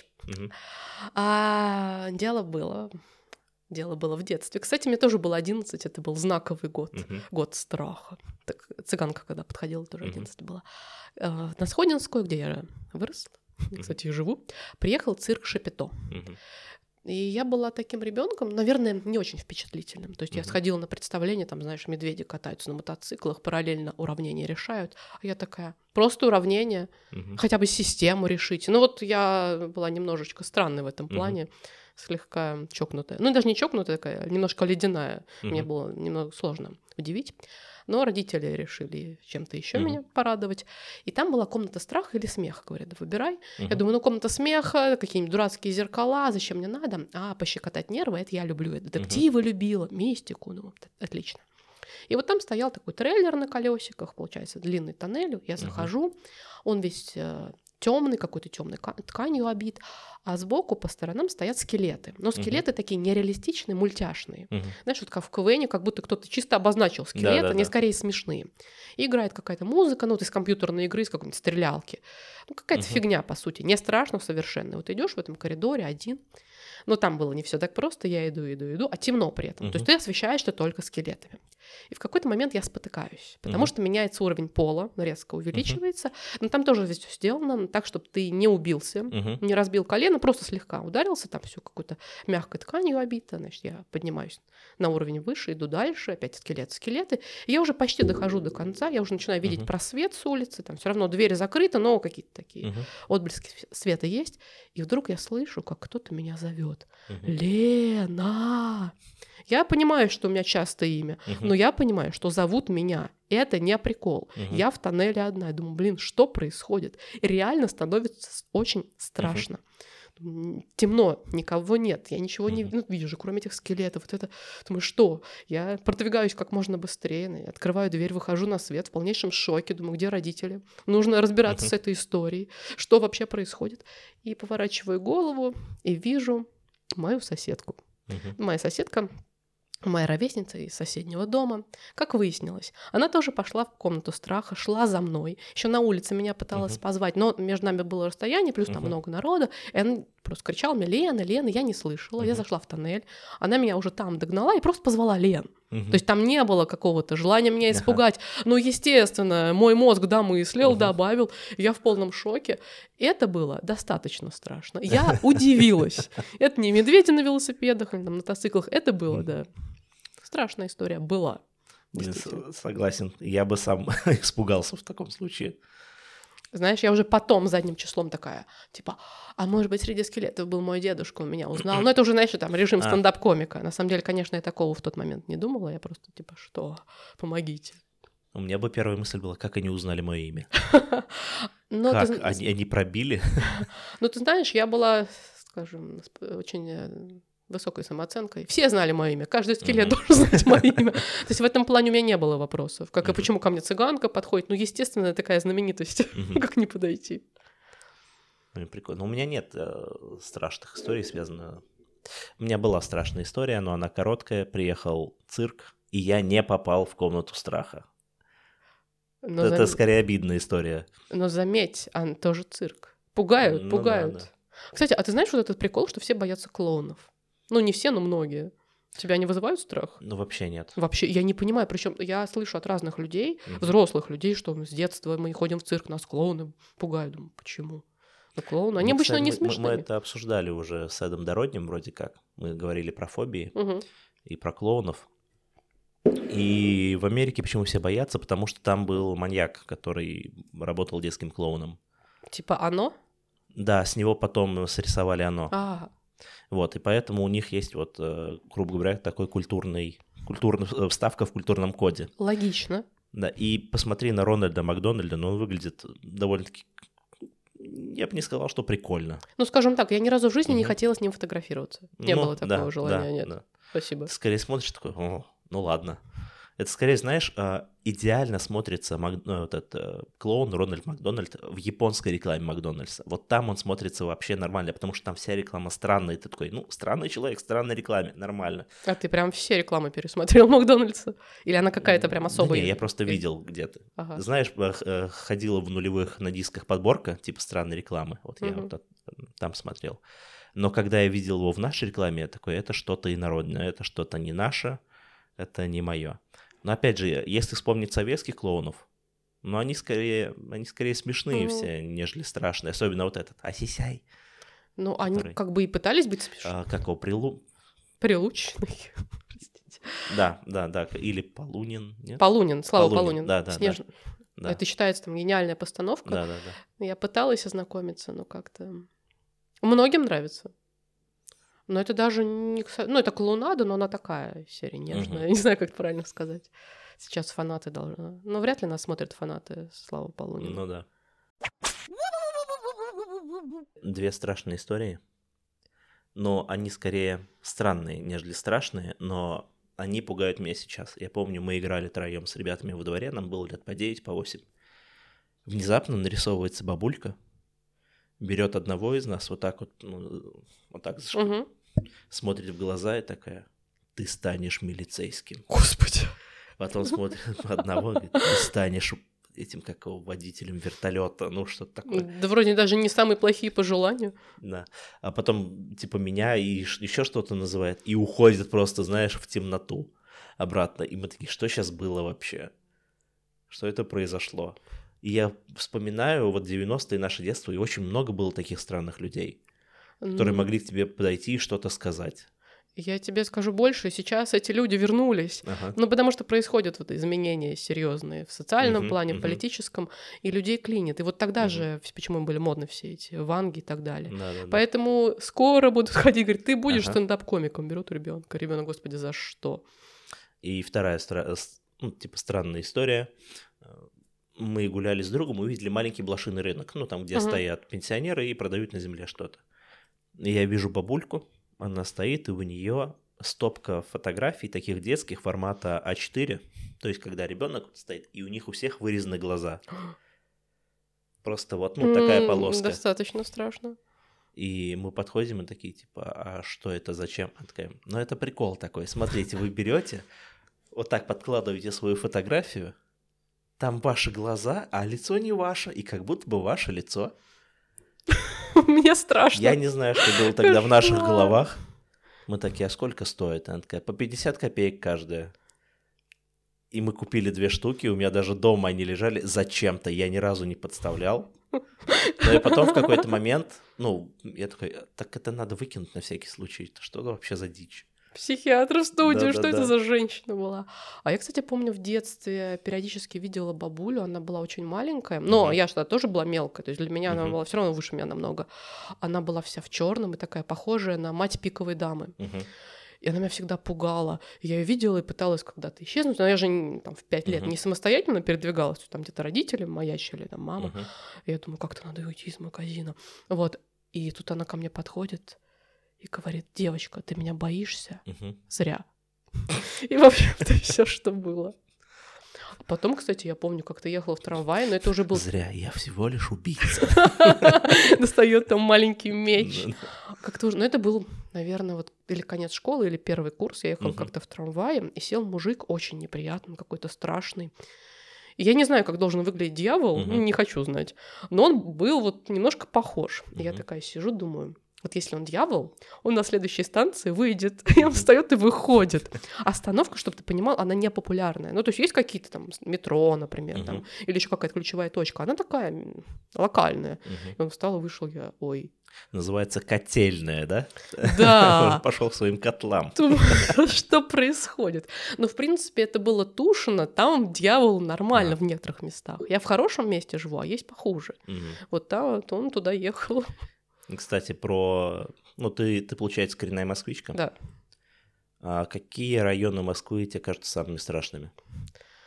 дело было в детстве. Кстати, мне тоже было 11, это был знаковый год, год страха. Так, цыганка, когда подходила, тоже 11 была. На Сходинскую, где я выросла, кстати, и живу, приехал цирк Шапито. И я была таким ребенком, наверное, не очень впечатлительным. То есть я сходила на представление, там, знаешь, медведи катаются на мотоциклах, параллельно уравнения решают. А я такая, просто уравнение, хотя бы систему решите. Ну вот я была немножечко странной в этом плане, слегка чокнутая. Ну даже не чокнутая такая, немножко ледяная. Мне было немного сложно удивить. Но родители решили чем-то еще меня порадовать. И там была комната страха или смеха, говорят, выбирай. Я думаю, комната смеха, какие-нибудь дурацкие зеркала, зачем мне надо? Пощекотать нервы, это я люблю. Я детективы любила, мистику, отлично. И вот там стоял такой трейлер на колесиках, получается, длинный тоннель. Я захожу, он весь темный, какой-то темной тканью обит, а сбоку по сторонам стоят скелеты. Но скелеты такие нереалистичные, мультяшные. Знаешь, вот как в КВН, как будто кто-то чисто обозначил скелет, они скорее смешные. И играет какая-то музыка, из компьютерной игры, из какой-нибудь стрелялки. Какая-то фигня, по сути. Не страшно совершенно. Вот идешь в этом коридоре один. Но там было не все так просто, я иду, а темно при этом. То есть ты освещаешься только скелетами. И в какой-то момент я спотыкаюсь, потому что меняется уровень пола, резко увеличивается, но там тоже все сделано так, чтобы ты не убился, не разбил колено, просто слегка ударился, там все какой-то мягкой тканью обито, значит, я поднимаюсь на уровень выше, иду дальше, опять скелеты, и я уже почти дохожу до конца, я уже начинаю видеть просвет с улицы, там все равно дверь закрыта, но какие-то такие отблески света есть, и вдруг я слышу, как кто-то меня зовет. Лена! Я понимаю, что у меня частое имя, но я понимаю, что зовут меня. Это не прикол. Я в тоннеле одна. Я думаю, что происходит? И реально становится очень страшно. Темно, никого нет, я ничего не вижу, кроме этих скелетов. Вот это, думаю, что? Я продвигаюсь как можно быстрее, открываю дверь, выхожу на свет в полнейшем шоке, думаю, где родители? Нужно разбираться с этой историей, что вообще происходит. И поворачиваю голову и вижу мою соседку. Моя соседка, моя ровесница из соседнего дома. Как выяснилось, она тоже пошла в комнату страха, шла за мной. Еще на улице меня пыталась позвать, но между нами было расстояние, плюс там много народа. И она просто кричала мне: Лена, Лена, я не слышала. Я зашла в тоннель, она меня уже там догнала и просто позвала: Лен. То есть там не было какого-то желания меня испугать. Но, естественно, мой мозг домыслил, добавил. Я в полном шоке. Это было достаточно страшно. Я удивилась. Это не медведи на велосипедах или на мотоциклах. Это было, да. Страшная история была. Согласен. Я бы сам испугался в таком случае. Знаешь, я уже потом задним числом такая, типа, а может быть, среди скелетов был мой дедушка, он меня узнал. Но это уже, знаешь, там режим стендап-комика. На самом деле, конечно, я такого в тот момент не думала. Я просто типа, что? Помогите. У меня бы первая мысль была, как они узнали мое имя? Как? Они пробили? Ну, ты знаешь, я была, скажем, очень высокой самооценкой. Все знали мое имя. Каждый скелет должен знать мое имя. То есть в этом плане у меня не было вопросов. Как и почему ко мне цыганка подходит. Ну, естественно, такая знаменитость. Как не подойти? Прикольно. У меня нет страшных историй, связанных... У меня была страшная история, но она короткая. Приехал цирк, и я не попал в комнату страха. Это скорее обидная история. Но заметь, тоже цирк. Пугают. Да. Кстати, а ты знаешь вот этот прикол, что все боятся клоунов? Ну, не все, но многие. Тебя не вызывают страх? Ну, вообще нет. Вообще, я не понимаю. Причем я слышу от разных людей, взрослых людей, что с детства мы ходим в цирк, нас клоуны пугают. Думаю, почему? Ну, клоуны, они обычно не смешные. Мы это обсуждали уже с Эдом Дороднем вроде как. Мы говорили про фобии и про клоунов. И в Америке почему все боятся? Потому что там был маньяк, который работал детским клоуном. Типа «Оно»? Да, с него потом срисовали «Оно». Вот, и поэтому у них есть вот, грубо говоря, такой культурная вставка в культурном коде. Логично. Да, и посмотри на Рональда Макдональда, но он выглядит довольно-таки, я бы не сказал, что прикольно. Ну, скажем так, я ни разу в жизни не хотела с ним фотографироваться. Не было такого да, желания, нет. Да. Спасибо. Ты скорее смотришь такой, ну ладно. Это скорее, знаешь, идеально смотрится этот клоун Рональд Макдональд в японской рекламе Макдональдса. Вот там он смотрится вообще нормально, потому что там вся реклама странная. Ты такой, странный человек, странной рекламе, нормально. А ты прям все рекламы пересмотрел Макдональдса? Или она какая-то прям особая? Да не, я просто видел где-то. Ага. Знаешь, ходила в нулевых на дисках подборка, типа странной рекламы. Вот я вот там смотрел. Но когда я видел его в нашей рекламе, я такой, это что-то инородное, это что-то не наше, это не мое. Но опять же, если вспомнить советских клоунов, они скорее смешные все, нежели страшные. Особенно вот этот Асисяй. Ну, они как бы и пытались быть смешными. Как его, Прилучный. Да. Или Полунин, нет? Полунин, Слава Полунин. Да. Это считается там гениальная постановка. Да. Я пыталась ознакомиться, но как-то... Многим нравится. Но это даже не... Ну, это клоунада, но она такая серия нежная. Я не знаю, как это правильно сказать. Сейчас фанаты должны... Ну, вряд ли нас смотрят фанаты Славы Полунина. Ну да. 2 страшные истории. Но они скорее странные, нежели страшные, но они пугают меня сейчас. Я помню, мы играли втроем с ребятами во дворе, нам было лет по 9, по 8. Внезапно нарисовывается бабулька, берет одного из нас вот так вот, вот так смотрит в глаза и такая: ты станешь милицейским. Господи. Потом смотрит на одного и говорит: ты станешь этим, как его, водителем вертолета, что-то такое. Да вроде даже не самые плохие пожелания. Да. А потом типа меня и еще что-то называет, и уходит просто, знаешь, в темноту обратно. И мы такие, что сейчас было вообще? Что это произошло? И я вспоминаю вот 90-е, наше детство, и очень много было таких странных людей, которые могли к тебе подойти и что-то сказать. Я тебе скажу больше, сейчас эти люди вернулись. Потому что происходят вот изменения серьезные в социальном плане, в политическом, и людей клинит. И вот тогда же, почему были модны все эти ванги и так далее. Поэтому скоро будут ходить, говорят, ты будешь стендап-комиком. Берут ребенка. Ребенок, господи, за что? И вторая странная история. Мы гуляли с другом, увидели маленький блошиный рынок, там, где стоят пенсионеры и продают на земле что-то. И я вижу бабульку, она стоит, и у нее стопка фотографий таких детских формата А4, то есть когда ребенок стоит, и у них у всех вырезаны глаза. Просто вот, такая полоска. Достаточно страшно. И мы подходим и такие, типа, а что это, зачем? Она такая, это прикол такой, смотрите, вы берете, вот так подкладываете свою фотографию, там ваши глаза, а лицо не ваше, и как будто бы ваше лицо. Мне страшно. Я не знаю, что было тогда в наших головах. Мы такие, а сколько стоит? Она такая, по 50 копеек каждая. И мы купили 2 штуки, у меня даже дома они лежали зачем-то, я ни разу не подставлял. Но и потом в какой-то момент, я такой, так это надо выкинуть на всякий случай. Что это вообще за дичь? Психиатр в студию, что это за женщина была? А я, кстати, помню, в детстве периодически видела бабулю, она была очень маленькая, но я что-то тоже была мелкая, то есть для меня она была все равно выше меня намного. Она была вся в черном и такая похожая на мать Пиковой дамы. И она меня всегда пугала. Я ее видела и пыталась когда-то исчезнуть, но я же в 5 лет не самостоятельно передвигалась, там где-то родители маячили, там мама. И я думаю, как-то надо уйти из магазина. Вот. И тут она ко мне подходит и говорит: девочка, ты меня боишься? Зря. И, в общем-то, все, что было. Потом, кстати, я помню, как-то ехала в трамвае, но это уже был... Зря, я всего лишь убийца. Достает там маленький меч. Как-то уже... Но это был, наверное, вот или конец школы, или первый курс. Я ехала как-то в трамвае, и сел мужик очень неприятный, какой-то страшный. И я не знаю, как должен выглядеть дьявол, не хочу знать. Но он был вот немножко похож. И я такая сижу, думаю... Вот если он дьявол, он на следующей станции выйдет, и он встает и выходит. Остановка, чтобы ты понимал, она не популярная. То есть есть какие-то там метро, например, там, или еще какая-то ключевая точка. Она такая локальная. И он встал и вышел, ой. Называется котельная, да? Да. Он пошел к своим котлам. Что происходит? Но, в принципе, это было Тушино, там дьявол нормально в некоторых местах. Я в хорошем месте живу, а есть похуже. Вот там он туда ехал. Кстати, ты, получается, коренная москвичка? Да. А какие районы Москвы тебе кажутся самыми страшными?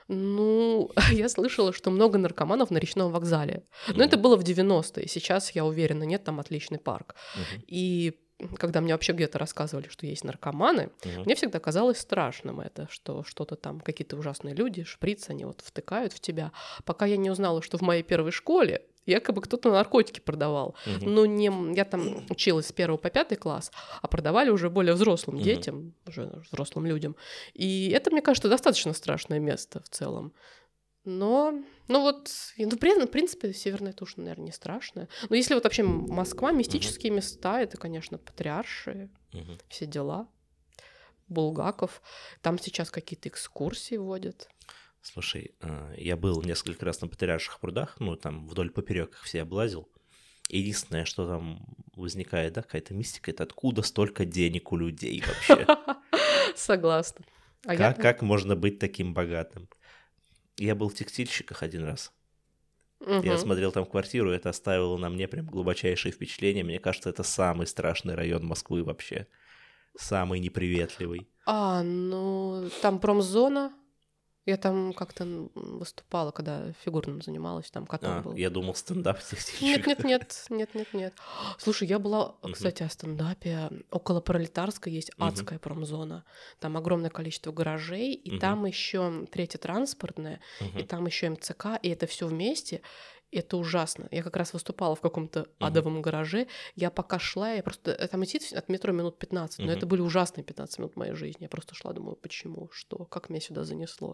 Ну, я слышала, что много наркоманов на речном вокзале. Но это было в 90-е. Сейчас, я уверена, нет, там отличный парк. И когда мне вообще где-то рассказывали, что есть наркоманы, мне всегда казалось страшным это, что что-то там, какие-то ужасные люди, шприц, они вот втыкают в тебя. Пока я не узнала, что в моей первой школе якобы кто-то наркотики продавал. Но не, я там училась с 1 по 5 класс, а продавали уже более взрослым детям, уже взрослым людям. И это, мне кажется, достаточно страшное место в целом. Но, ну вот, ну, в принципе, Северная Туша, наверное, не страшная. Но если вот вообще Москва, мистические места, это, конечно, Патриаршие, все дела, Булгаков. Там сейчас какие-то экскурсии водят. Слушай, я был несколько раз на Патриарших прудах, ну, там вдоль поперек их все облазил. Единственное, что там возникает, да, какая-то мистика, это откуда столько денег у людей вообще? Согласна. Как можно быть таким богатым? Я был в текстильщиках один раз. Я смотрел там квартиру, это оставило на мне прям глубочайшее впечатление. Мне кажется, это самый страшный район Москвы вообще. Самый неприветливый. Ну, там промзона. Я там как-то выступала, когда фигурным занималась, там котом был. Я думал, стендап текстильщик. Нет. Слушай, я была, кстати, о стендапе. Около Пролетарской есть адская промзона. Там огромное количество гаражей, и там еще третья транспортная, и там еще МЦК, и это все вместе. Это ужасно. Я как раз выступала в каком-то адовом гараже. Я пока шла, я просто... Там идти от метро минут 15, но это были ужасные 15 минут моей жизни. Я просто шла, думаю, почему, что, как меня сюда занесло.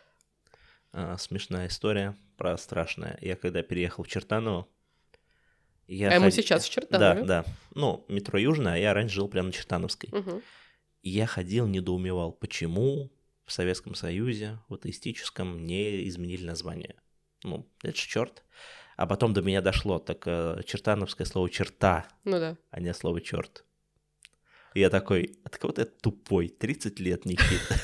Смешная история про страшное. Я когда переехал в Чертаново... Мы сейчас в Чертанове? Да. Ну, метро Южное, а я раньше жил прямо на Чертановской. И я ходил, недоумевал, почему в Советском Союзе, в атеистическом, не изменили название. Ну, это ж черт. А потом до меня дошло, так чертановское слово «черта», а не слово «черт». И я такой, от кого ты тупой, 30 лет, Никита.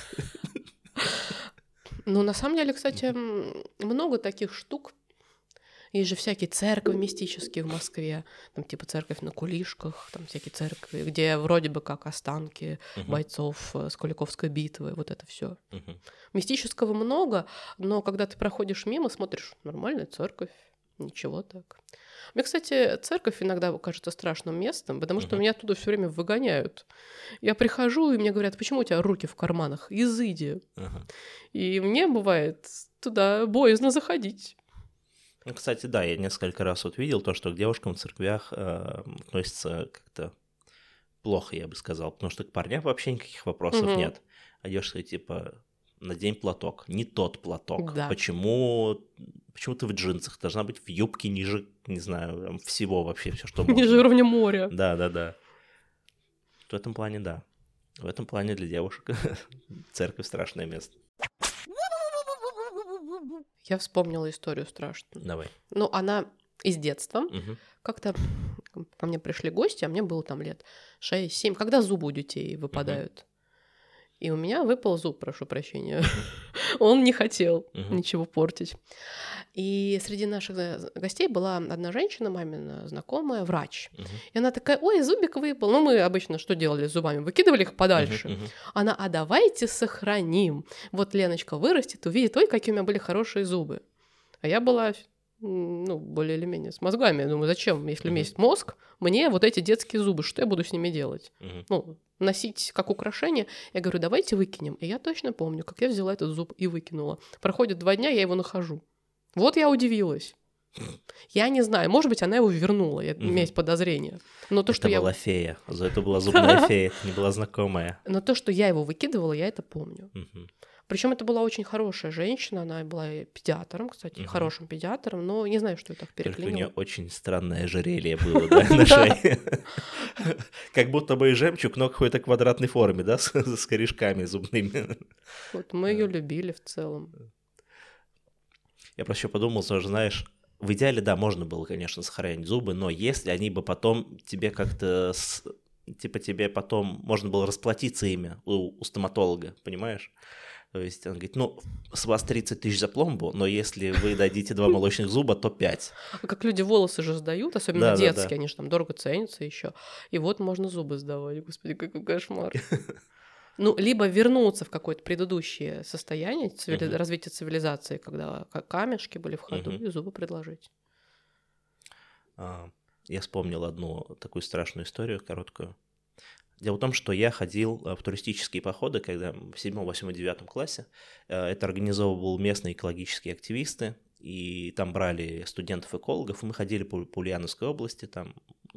Ну, на самом деле, кстати, много таких штук. Есть же всякие церкви мистические в Москве, там типа церковь на Кулишках, там всякие церкви, где вроде бы как останки бойцов с Куликовской битвы, вот это все. Мистического много, но когда ты проходишь мимо, смотришь, нормальная церковь, ничего так. Мне, кстати, церковь иногда кажется страшным местом, потому что меня оттуда все время выгоняют. Я прихожу, и мне говорят, почему у тебя руки в карманах? Изыди. И мне бывает туда боязно заходить. Ну, кстати, да, я несколько раз вот видел то, что к девушкам в церквях относятся как-то плохо, я бы сказал, потому что к парням вообще никаких вопросов нет. А девушка типа, надень платок, не тот платок. Да. Почему ты в джинсах? Должна быть в юбке ниже, не знаю, всего вообще, все что можно. Ниже уровня моря. Да. В этом плане, да. В этом плане для девушек церковь страшное место. Я вспомнила историю страшную. Давай. Ну, она из детства. Как-то ко мне пришли гости, а мне было там лет 6-7, когда зубы у детей выпадают. И у меня выпал зуб, прошу прощения. Он не хотел ничего портить. И среди наших гостей была одна женщина, мамина знакомая, врач. И она такая, ой, зубик выпал. Ну, мы обычно что делали с зубами? Выкидывали их подальше. Она, а давайте сохраним. Вот Леночка вырастет, увидит, ой, какие у меня были хорошие зубы. А я была, ну, более или менее с мозгами. Я думаю, зачем, если у меня есть мозг, мне вот эти детские зубы, что я буду с ними делать? Ну, носить как украшение. Я говорю, давайте выкинем. И я точно помню, как я взяла этот зуб и выкинула. Проходит 2 дня, я его нахожу. Вот я удивилась. Я не знаю, может быть, она его вернула, у меня есть подозрение. Но то, это была фея, это была зубная фея, это не была знакомая. Но то, что я его выкидывала, я это помню. Причем это была очень хорошая женщина, она была педиатром, кстати, хорошим педиатром, но не знаю, что я так переклинила. Только у нее очень странное ожерелье было, да, на шее. Как будто бы и жемчуг, но какой-то квадратной форме, да, с корешками зубными. Вот мы ее любили в целом. Я просто еще подумал, что, знаешь, в идеале, да, можно было, конечно, сохранить зубы, но если они бы потом тебе как-то, типа тебе потом можно было расплатиться ими у стоматолога, понимаешь? То есть он говорит, ну, с вас 30 тысяч за пломбу, но если вы дадите 2 молочных зуба, то 5. Как люди волосы же сдают, особенно детские, они же там дорого ценятся еще. И вот можно зубы сдавать. Господи, какой кошмар. Ну, либо вернуться в какое-то предыдущее состояние развития цивилизации, когда камешки были в ходу, и зубы предложить. Я вспомнил одну такую страшную историю, короткую. Дело в том, что я ходил в туристические походы, когда в 7, 8, 9 классе. Это организовывал местные экологические активисты, и там брали студентов-экологов, и мы ходили по Ульяновской области, там,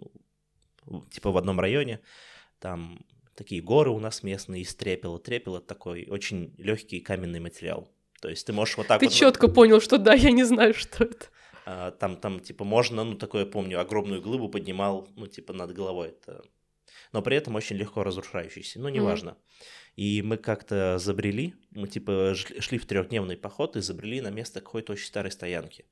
типа в одном районе, там такие горы у нас местные из трепела. Трепел — это такой очень легкий каменный материал. То есть ты можешь вот так Ты четко понял, что да, я не знаю, что это. Там, типа, можно, ну, такое, помню, огромную глыбу поднимал, ну, типа, над головой. Это... Но при этом очень легко разрушающийся, ну, неважно. И мы как-то забрели, мы, типа, шли в 3-дневный поход и забрели на место какой-то очень старой стоянки.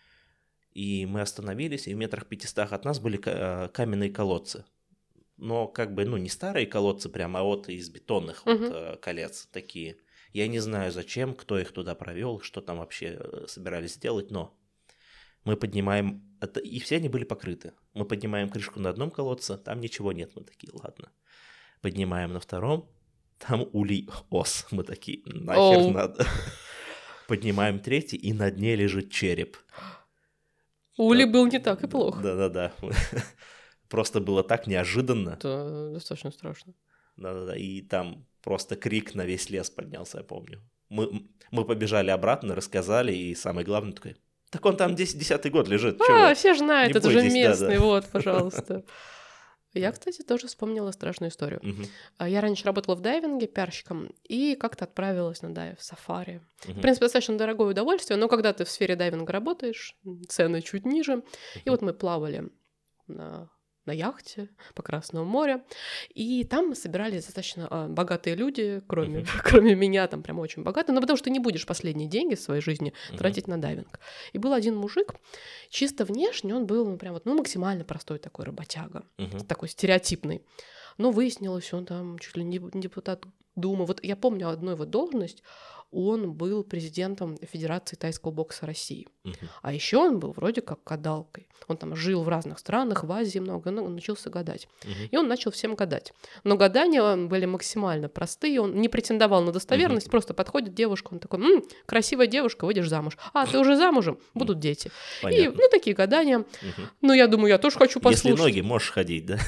И мы остановились, и в 500 метрах от нас были каменные колодцы. Но, как бы, ну, не старые колодцы прямо, а вот из бетонных вот колец такие. Я не знаю, зачем, кто их туда провел, что там вообще собирались сделать, но... Мы поднимаем, и все они были покрыты. Мы поднимаем крышку на одном колодце, там ничего нет. Мы такие, ладно. Поднимаем на втором, там улей ос. Мы такие, нахер надо. Поднимаем третий, и на дне лежит череп. Улей был не так и плохо. Да-да-да. Просто было так неожиданно. Это достаточно страшно. Да-да-да. И там просто крик на весь лес поднялся, я помню. Мы побежали обратно, рассказали, и самое главное такое... Так он там 10-й год лежит. Все знают, это же местный, да. Вот, пожалуйста. Я, кстати, тоже вспомнила страшную историю. Я раньше работала в дайвинге пиарщиком и как-то отправилась на дайв в сафари. В принципе, достаточно дорогое удовольствие, но когда ты в сфере дайвинга работаешь, цены чуть ниже. И вот мы плавали на яхте по Красному морю, и там собирались достаточно богатые люди, кроме меня, там прям очень богатые, но потому что ты не будешь последние деньги в своей жизни тратить на дайвинг. И был один мужик, чисто внешне он был прям вот, максимально простой такой работяга, такой стереотипный. Но выяснилось, он там чуть ли не депутат Думы. Вот я помню одну его должность, он был президентом Федерации тайского бокса России. А еще он был вроде как гадалкой. Он там жил в разных странах, в Азии много, он научился гадать. И он начал всем гадать. Но гадания были максимально простые, он не претендовал на достоверность, просто подходит девушка, он такой, красивая девушка, выйдешь замуж. А, ты уже замужем? Будут дети. Понятно. И, такие гадания. Ну, я думаю, я тоже хочу послушать. Если ноги, можешь ходить, да?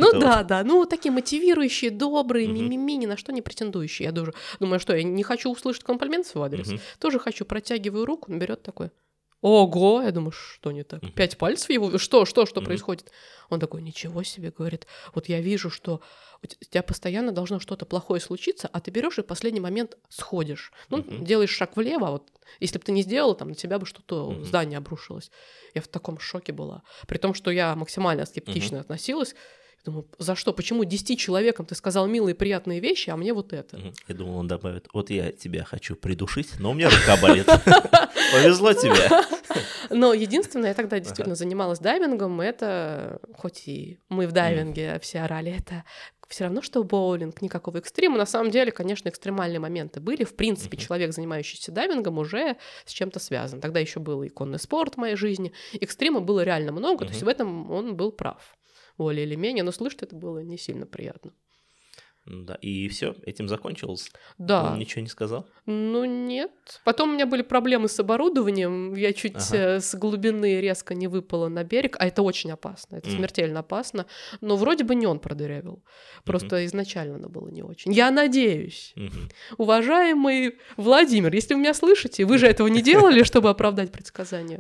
Да. Такие мотивирующие, добрые, ни на что не претендующие. Я думаю, что я не хочу услышать комплимент в свой адрес. Тоже хочу, протягиваю руку, он берет такой, ого, я думаю, что не так? 5 пальцев его, что происходит? Он такой, ничего себе, говорит, вот я вижу, что у тебя постоянно должно что-то плохое случиться, а ты берешь и в последний момент сходишь. Делаешь шаг влево, вот если бы ты не сделал, там на тебя бы что-то, здание обрушилось. Я в таком шоке была. При том, что я максимально скептично относилась. Думаю, за что? Почему 10 человекам ты сказал милые приятные вещи, а мне вот это? Я думал, он добавит, вот я тебя хочу придушить, но у меня рука болит. Повезло тебе. Но единственное, я тогда действительно занималась дайвингом, это, хоть и мы в дайвинге все орали, это все равно, что боулинг, никакого экстрима. На самом деле, конечно, экстремальные моменты были. В принципе, человек, занимающийся дайвингом, уже с чем-то связан. Тогда еще был и конный спорт в моей жизни. Экстрима было реально много, то есть в этом он был прав. Более или менее, но слышать это было не сильно приятно. Да, и все, этим закончилось? Да. Он ничего не сказал? Нет. Потом у меня были проблемы с оборудованием, я чуть с глубины резко не выпала на берег, а это очень опасно, это смертельно опасно, но вроде бы не он продырявил, просто изначально оно было не очень. Я надеюсь, уважаемый Владимир, если вы меня слышите, вы же этого не делали, чтобы оправдать предсказание.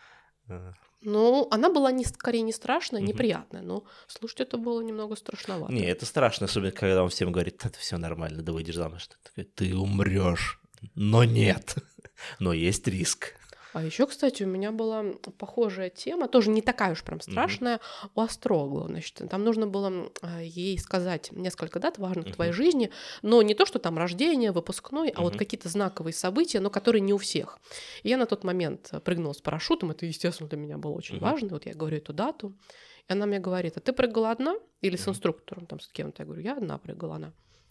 Она была скорее не страшная, неприятная, но слушать это было немного страшновато. Не, это страшно, особенно когда он всем говорит, это все нормально, да выйдешь замуж. Ты умрешь, но нет, но есть риск. А еще, кстати, у меня была похожая тема, тоже не такая уж прям страшная, у астролога. Значит, там нужно было ей сказать несколько дат важных в твоей жизни, но не то, что там рождение, выпускной, а вот какие-то знаковые события, но которые не у всех. И я на тот момент прыгнула с парашютом, это, естественно, для меня было очень важно, вот я говорю эту дату, и она мне говорит, а ты прыгала одна или с инструктором, там, с кем-то? Я говорю, я одна прыгала, она.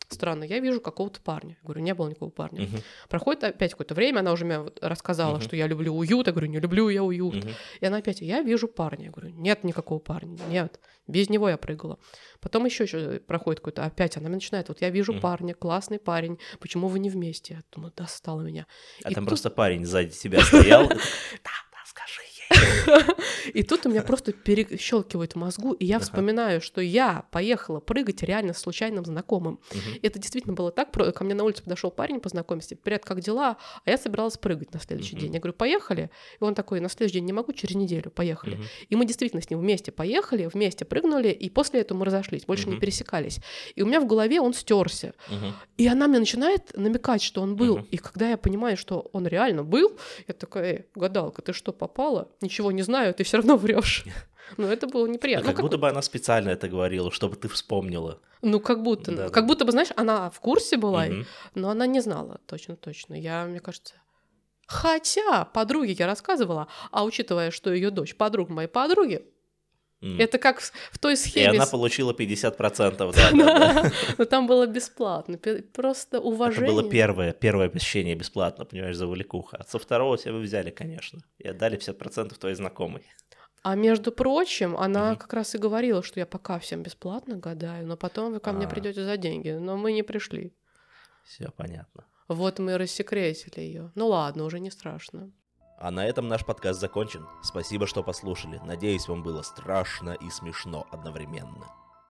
странно, я вижу какого-то парня. Я говорю, не было никакого парня. Проходит опять какое-то время, она уже мне рассказала, что я люблю уют. Я говорю, не люблю я уют. И она опять, я вижу парня. Я говорю, нет никакого парня, нет. Без него я прыгала. Потом еще проходит какой-то, опять она начинает, вот я вижу парня, классный парень, почему вы не вместе? Я думаю, достала меня. А там просто парень сзади тебя стоял. Скажи ей. И тут у меня просто перещелкивает в мозгу, и я вспоминаю, что я поехала прыгать реально с случайным знакомым. Это действительно было так. Ко мне на улице подошел парень познакомиться, привет, как дела? А я собиралась прыгать на следующий день. Я говорю, поехали? И он такой, на следующий день не могу, через неделю, поехали. И мы действительно с ним вместе поехали, вместе прыгнули, и после этого мы разошлись, больше не пересекались. И у меня в голове он стерся. И она мне начинает намекать, что он был. И когда я понимаю, что он реально был, я такая, гадалка, ты что, попала? Ничего не знаю, ты все равно врешь. Ну, это было неприятно. Как будто бы она специально это говорила, чтобы ты вспомнила. Ну, как будто. Да, как будто бы, знаешь, она в курсе была, но она не знала точно. Мне кажется... Хотя подруге я рассказывала, а учитывая, что ее дочь подруга моей подруги, это как в той схеме... И она получила 50%, да. Но там было бесплатно, просто уважение. Это было первое посещение бесплатно, понимаешь, за Валикуха. Со второго тебя вы взяли, конечно, и отдали 50% твоей знакомой. А между прочим, она как раз и говорила, что я пока всем бесплатно гадаю, но потом вы ко мне придете за деньги, но мы не пришли. Все понятно. Вот мы рассекретили ее. Ну ладно, уже не страшно. А на этом наш подкаст закончен. Спасибо, что послушали. Надеюсь, вам было страшно и смешно одновременно.